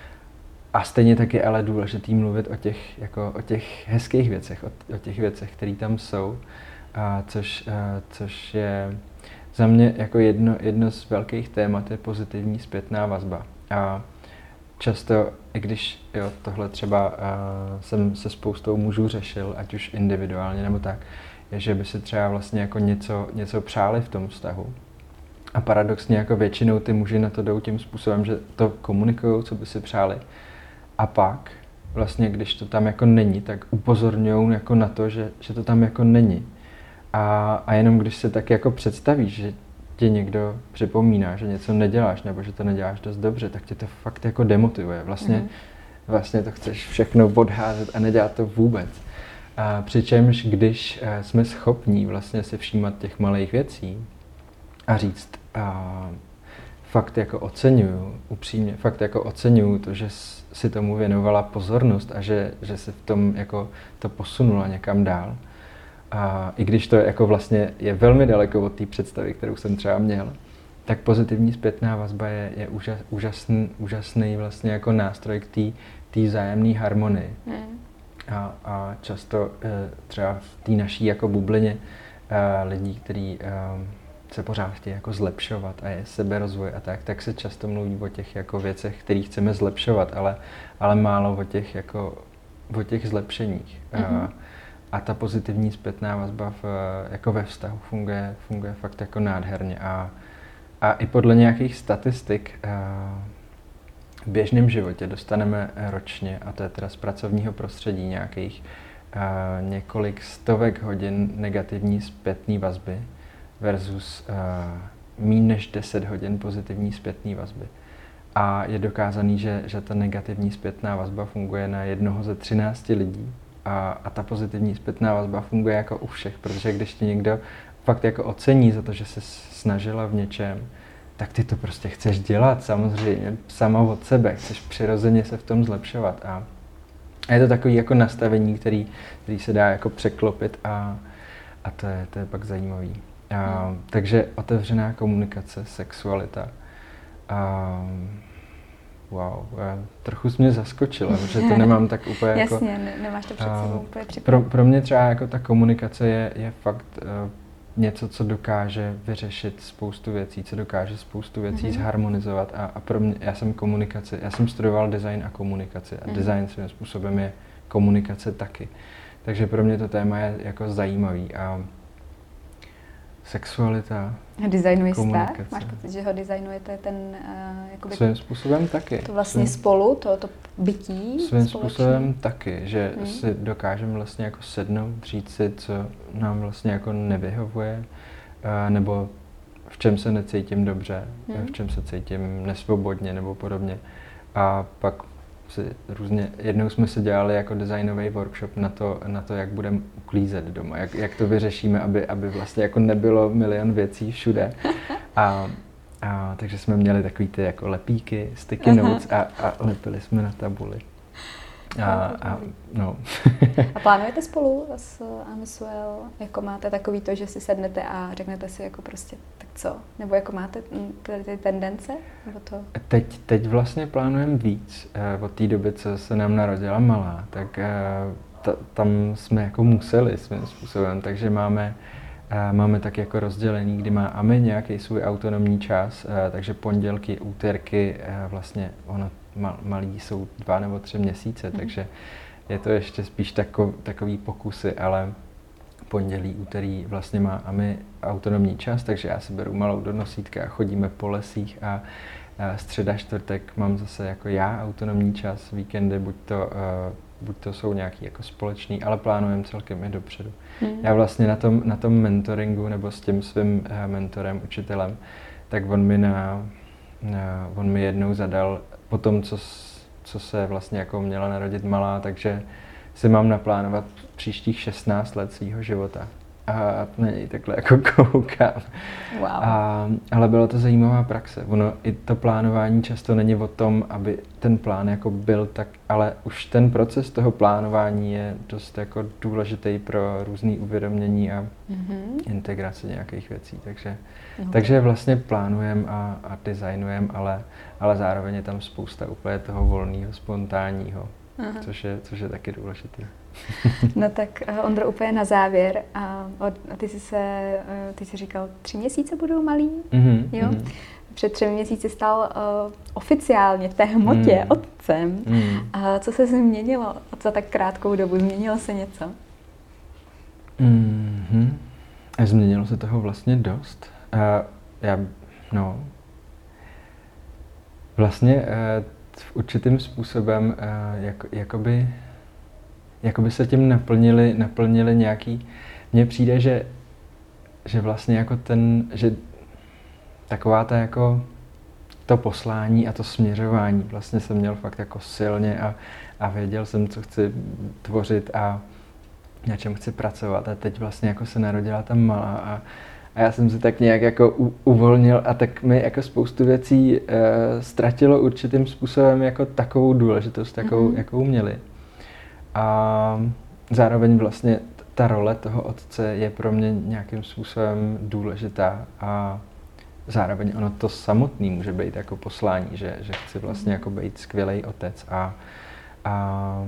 A stejně tak je ale důležitý mluvit o těch, jako, o těch hezkých věcech, o, o těch věcech, které tam jsou, a což, a, což je za mě jako jedno, jedno z velkých témat je pozitivní zpětná vazba. A často, i když jo, tohle třeba uh, jsem se spoustou mužů řešil, ať už individuálně nebo tak, je, že by si třeba vlastně jako něco, něco přáli v tom vztahu. A paradoxně jako většinou ty muži na to jdou tím způsobem, že to komunikují, co by si přáli. A pak vlastně, když to tam jako není, tak upozorňují jako na to, že, že to tam jako není. A, a jenom když se tak jako představíš, že ti někdo připomíná, že něco neděláš nebo že to neděláš dost dobře, tak tě to fakt jako demotivuje. Vlastně, mm. vlastně to chceš všechno odházet a nedělat to vůbec. A přičemž, když jsme schopní vlastně si všímat těch malých věcí a říct, a fakt jako oceňuju, upřímně, fakt jako oceňuju to, že si tomu věnovala pozornost a že, že si v tom jako to posunula někam dál. A i když to jako vlastně je velmi daleko od té představy, kterou jsem třeba měl, tak pozitivní zpětná vazba je, je úžas, úžasný, úžasný vlastně jako nástroj k té vzájemné harmonii. Mm. A, a často třeba v té naší jako bublině lidí, kteří se pořád chtějí jako zlepšovat a je seberozvoj a tak, tak se často mluví o těch jako věcech, které chceme zlepšovat, ale, ale málo o těch jako o těch zlepšeních. Mm-hmm. A ta pozitivní zpětná vazba v, jako ve vztahu funguje, funguje fakt jako nádherně. A, a i podle nějakých statistik v běžném životě dostaneme ročně, a to je teda z pracovního prostředí, nějakých několik stovek hodin negativní zpětné vazby versus méně než deset hodin pozitivní zpětné vazby. A je dokázaný, že, že ta negativní zpětná vazba funguje na jednoho ze třinácti lidí. A, a ta pozitivní zpětná vazba funguje jako u všech, protože když ti někdo fakt jako ocení za to, že se snažila v něčem, tak ty to prostě chceš dělat samozřejmě, sama od sebe, chceš přirozeně se v tom zlepšovat. A, a je to takový jako nastavení, který, který se dá jako překlopit a, a to je, to je pak zajímavý. A, hmm. Takže otevřená komunikace, sexualita. A, wow, trochu jsi mě zaskočila, protože to nemám tak úplně jako... Jasně, ne, nemáš to před sebou úplně připravené. Pro, pro mě třeba jako ta komunikace je, je fakt uh, něco, co dokáže vyřešit spoustu věcí, co dokáže spoustu věcí mm-hmm. zharmonizovat a, a pro mě, já jsem komunikaci, já jsem studoval design a komunikaci a mm-hmm. design svým způsobem je komunikace taky. Takže pro mě to téma je jako zajímavý a sexualita, designuješ vztah? Máš pocit, že ho designujete ten uh, jakoby... Svým způsobem taky. To vlastně svým, spolu, to, to bytí Svým společně. způsobem taky, že hmm. si dokážeme vlastně jako sednout, říct si, co nám vlastně jako nevyhovuje, uh, nebo v čem se necítím dobře, hmm. v čem se cítím nesvobodně nebo podobně. A pak si různě, jednou jsme si dělali jako designový workshop na to, na to jak budeme uklízet doma, jak, jak to vyřešíme, aby, aby vlastně jako nebylo milion věcí všude. A, a takže jsme měli takový ty jako lepíky, sticky notes a, a lepili jsme na tabuli. A, a, no. A plánujete spolu s Amisuel, jako máte takový to, že si sednete a řeknete si jako prostě, tak co? Nebo jako máte ty, ty tendence? Nebo to? Teď, teď vlastně plánujeme víc. Od té doby, co se nám narodila malá, tak ta, tam jsme jako museli svým způsobem, takže máme Máme tak jako rozdělený, kdy má Ami nějaký svůj autonomní čas, takže pondělky, úterky, vlastně ono malí jsou dva nebo tři měsíce, mm. takže je to ještě spíš tako, takový pokusy, ale pondělí, úterý vlastně má Ami autonomní čas, takže já si beru malou do nosítka a chodíme po lesích a středa, čtvrtek mám zase jako já autonomní čas, víkendy buď to buď to jsou nějaký jako společný, ale plánujeme celkem i dopředu. Mm. Já vlastně na tom, na tom mentoringu nebo s tím svým mentorem, učitelem, tak on mi, na, na, on mi jednou zadal po tom, co, co se vlastně jako měla narodit malá, takže si mám naplánovat příštích šestnáct let svýho života. a na něj takhle jako koukám. Wow. A, ale bylo to zajímavá praxe. Ono i to plánování často není o tom, aby ten plán jako byl tak, ale už ten proces toho plánování je dost jako důležitý pro různé uvědomění a mm-hmm. integraci nějakých věcí. Takže, okay. takže vlastně plánujeme a, a designujeme, ale, ale zároveň je tam spousta úplně toho volného, spontánního, což je, což je taky důležitý. No tak Ondro, úplně na závěr, a ty jsi se, ty jsi říkal, tři měsíce budou malí, mm-hmm, jo? Mm-hmm. Před třemi měsíci stal uh, oficiálně v té hmotě mm. otcem. Mm. A co se změnilo za tak krátkou dobu? Změnilo se něco? Mm-hmm. A změnilo se toho vlastně dost. Uh, já, no, vlastně uh, určitým způsobem uh, jako, jakoby Jakoby se tím naplnili, naplnili nějaký, mně přijde, že, že vlastně jako ten, že taková ta jako to poslání a to směřování vlastně jsem měl fakt jako silně a, a věděl jsem, co chci tvořit a na čem chci pracovat a teď vlastně jako se narodila ta malá a, a já jsem se tak nějak jako u, uvolnil a tak mi jako spoustu věcí uh, ztratilo určitým způsobem jako takovou důležitost, jakou, mm-hmm. jakou měli. A zároveň vlastně ta role toho otce je pro mě nějakým způsobem důležitá a zároveň ono to samotný může být jako poslání, že, že chci vlastně jako být skvělý otec a, a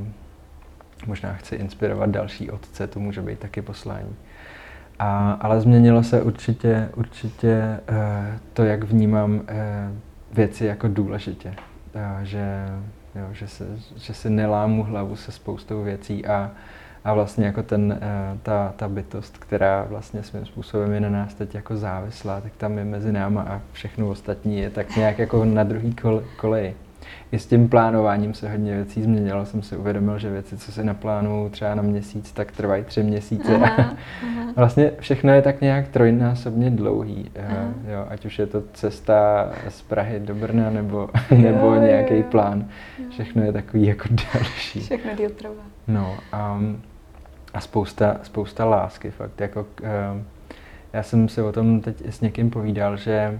možná chci inspirovat další otce, to může být taky poslání. A, ale změnilo se určitě, určitě uh, to, jak vnímám uh, věci jako důležitě, uh, že Jo, že, se, že si nelámu hlavu se spoustou věcí a, a vlastně jako ten, ta, ta bytost, která vlastně svým způsobem je na nás teď jako závislá, tak tam je mezi náma a všechno ostatní je tak nějak jako na druhý koleji. I s tím plánováním se hodně věcí změnilo, jsem si uvědomil, že věci, co si naplánuju třeba na měsíc, tak trvají tři měsíce. Aha, aha. Vlastně všechno je tak nějak trojnásobně dlouhý, jo, ať už je to cesta z Prahy do Brna nebo, nebo nějaký plán. Všechno je takový jako další. Všechno díl trvá. No a, a spousta, spousta lásky fakt. Jako, já jsem si o tom teď s někým povídal, že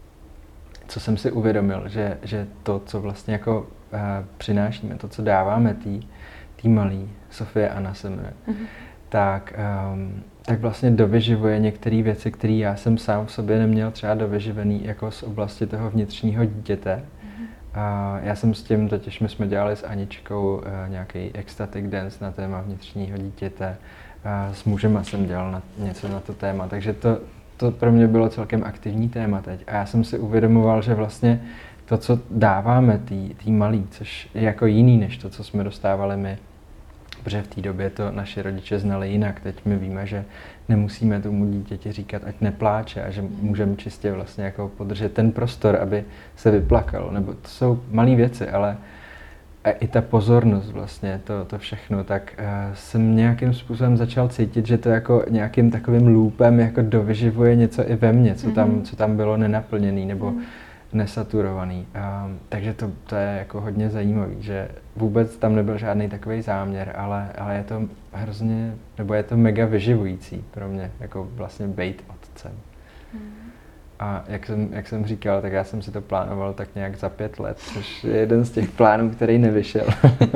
co jsem si uvědomil, že, že to, co vlastně jako uh, přinášíme, to, co dáváme tý, tý malý, Sofie Anna se jmenuje, mm-hmm. tak, um, tak vlastně dovyživuje některé věci, které já jsem sám v sobě neměl třeba dovyživený jako z oblasti toho vnitřního dítěte. Mm-hmm. A já jsem s tím, totiž my jsme dělali s Aničkou uh, nějaký ecstatic dance na téma vnitřního dítěte. A s mužema jsem dělal na, něco na to téma, takže to To pro mě bylo celkem aktivní téma teď a já jsem si uvědomoval, že vlastně to, co dáváme tý malý, což je jako jiný než to, co jsme dostávali my, protože v té době to naši rodiče znali jinak. Teď my víme, že nemusíme tomu dítěti říkat, ať nepláče a že můžeme čistě vlastně jako podržet ten prostor, aby se vyplakalo. Nebo to jsou malé věci, ale a i ta pozornost vlastně, to, to všechno, tak uh, jsem nějakým způsobem začal cítit, že to jako nějakým takovým loopem jako dovyživuje něco i ve mně, co tam, co tam bylo nenaplněný nebo mm. nesaturovaný. Um, takže to, to je jako hodně zajímavý, že vůbec tam nebyl žádný takový záměr, ale, ale je to hrozně, nebo je to mega vyživující pro mě, jako vlastně být otcem. Mm. A jak jsem, jak jsem říkal, tak já jsem si to plánoval tak nějak za pět let, což je jeden z těch plánů, který nevyšel.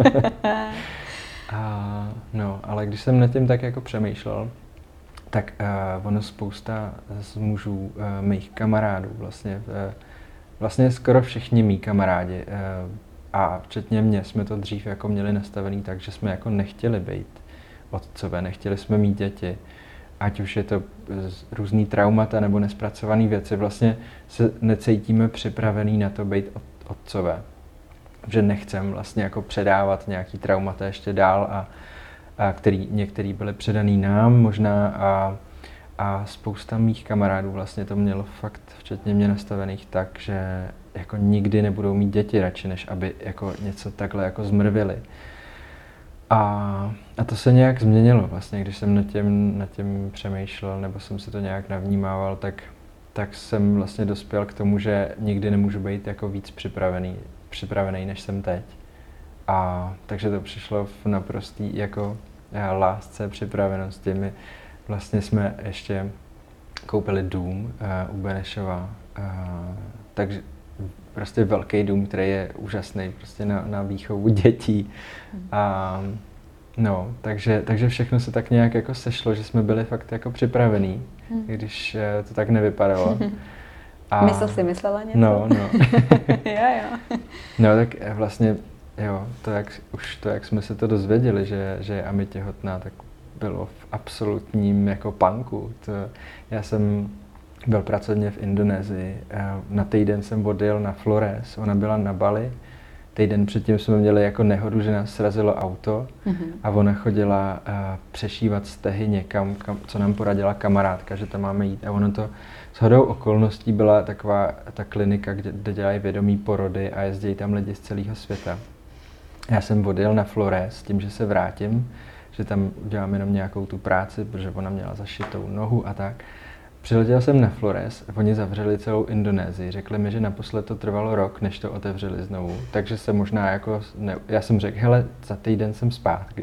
A, no, ale když jsem nad tím tak jako přemýšlel, tak uh, ono spousta z mužů, uh, mých kamarádů, vlastně, uh, vlastně skoro všichni mý kamarádi uh, a včetně mě jsme to dřív jako měli nastavený tak, že jsme jako nechtěli být otcové, nechtěli jsme mít děti. Ať už je to různý traumata nebo nespracované věci, vlastně se necítíme připravený na to být otcové. Že nechcem vlastně jako předávat nějaký traumata ještě dál, a, a který, některý byly předaný nám možná a, a spousta mých kamarádů vlastně to mělo fakt, včetně mě nastavených tak, že jako nikdy nebudou mít děti radši, než aby jako něco takhle jako zmrvili. A, a to se nějak změnilo vlastně, když jsem nad tím, nad tím přemýšlel, nebo jsem si to nějak navnímával, tak, tak jsem vlastně dospěl k tomu, že nikdy nemůžu být jako víc připravený, připravený než jsem teď. A takže to přišlo v naprostý jako lásce, připravenosti. My vlastně jsme ještě koupili dům uh, u Benešova, uh, takže prostě velký dům, který je úžasný prostě na, na výchovu dětí. A no, takže, takže všechno se tak nějak jako sešlo, že jsme byli fakt jako připravení, hmm. když uh, to tak nevypadalo. A myslel jsi, myslela něco? No, no. jo, jo. No, tak vlastně, jo, to jak, už to, jak jsme se to dozvěděli, že, že je Ami těhotná, tak bylo v absolutním jako punku. To, já jsem byl pracovně v Indonésii, na týden jsem odjel na Flores, ona byla na Bali. Týden předtím jsme měli jako nehodu, že nás srazilo auto mm-hmm. a ona chodila uh, přešívat stehy někam, kam, co nám poradila kamarádka, že tam máme jít. A ono to shodou okolností byla taková ta klinika, kde, kde dělají vědomí porody a jezdí tam lidi z celého světa. Já jsem odjel na Flores s tím, že se vrátím, že tam udělám jenom nějakou tu práci, protože ona měla zašitou nohu a tak. Přiletěl jsem na Flores, oni zavřeli celou Indonésii. Řekli mi, že naposled to trvalo rok, než to otevřeli znovu. Takže se možná jako, ne, já jsem řekl, hele, za týden jsem zpátky.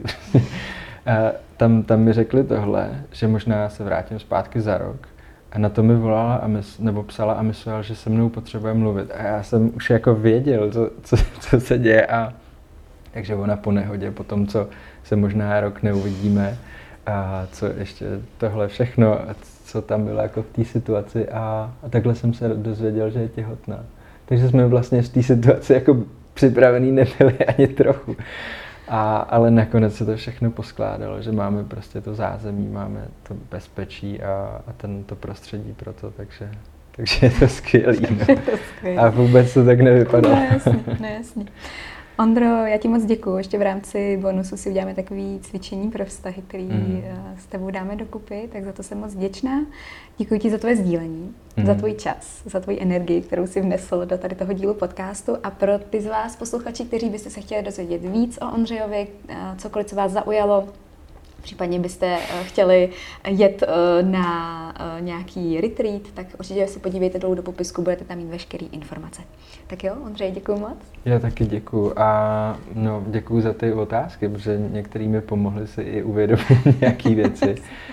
a tam, tam mi řekli tohle, že možná se vrátím zpátky za rok. A na to mi volala a mys, nebo psala a myslela, že se mnou potřebuje mluvit. A já jsem už jako věděl, co, co, co se děje. A takže ona po nehodě, po tom, co se možná rok neuvidíme, a co ještě tohle všechno, co tam bylo jako v té situaci a, a takhle jsem se dozvěděl, že je těhotná. Takže jsme vlastně v té situaci jako připravený nebyli ani trochu. A, ale nakonec se to všechno poskládalo, že máme prostě to zázemí, máme to bezpečí a, a ten, to prostředí pro to, takže, takže je to skvělý. No. Je to skvělý. A vůbec to tak nevypadalo. No jasně, no jasně. Ondro, já ti moc děkuju. Ještě v rámci bonusu si uděláme takový cvičení pro vztahy, který mm. s tebou dáme dokupy, tak za to jsem moc vděčná. Děkuji ti za tvoje sdílení, mm. za tvůj čas, za tvoji energii, kterou jsi vnesl do tady toho dílu podcastu. A pro ty z vás posluchači, kteří byste se chtěli dozvědět víc o Ondřejovi, cokoliv, co vás zaujalo, případně byste chtěli jet na nějaký retreat, tak určitě si podívejte dolů do popisku, budete tam mít veškeré informace. Tak jo, Ondřej, děkuju moc. Já taky děkuju a no, děkuju za ty otázky, protože některý mi pomohli si i uvědomit nějaké věci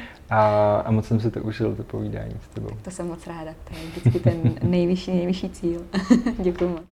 a, a moc jsem si to užil, to povídání s tebou. To jsem moc ráda, to je vždycky ten nejvyšší, nejvyšší cíl. Děkuju moc.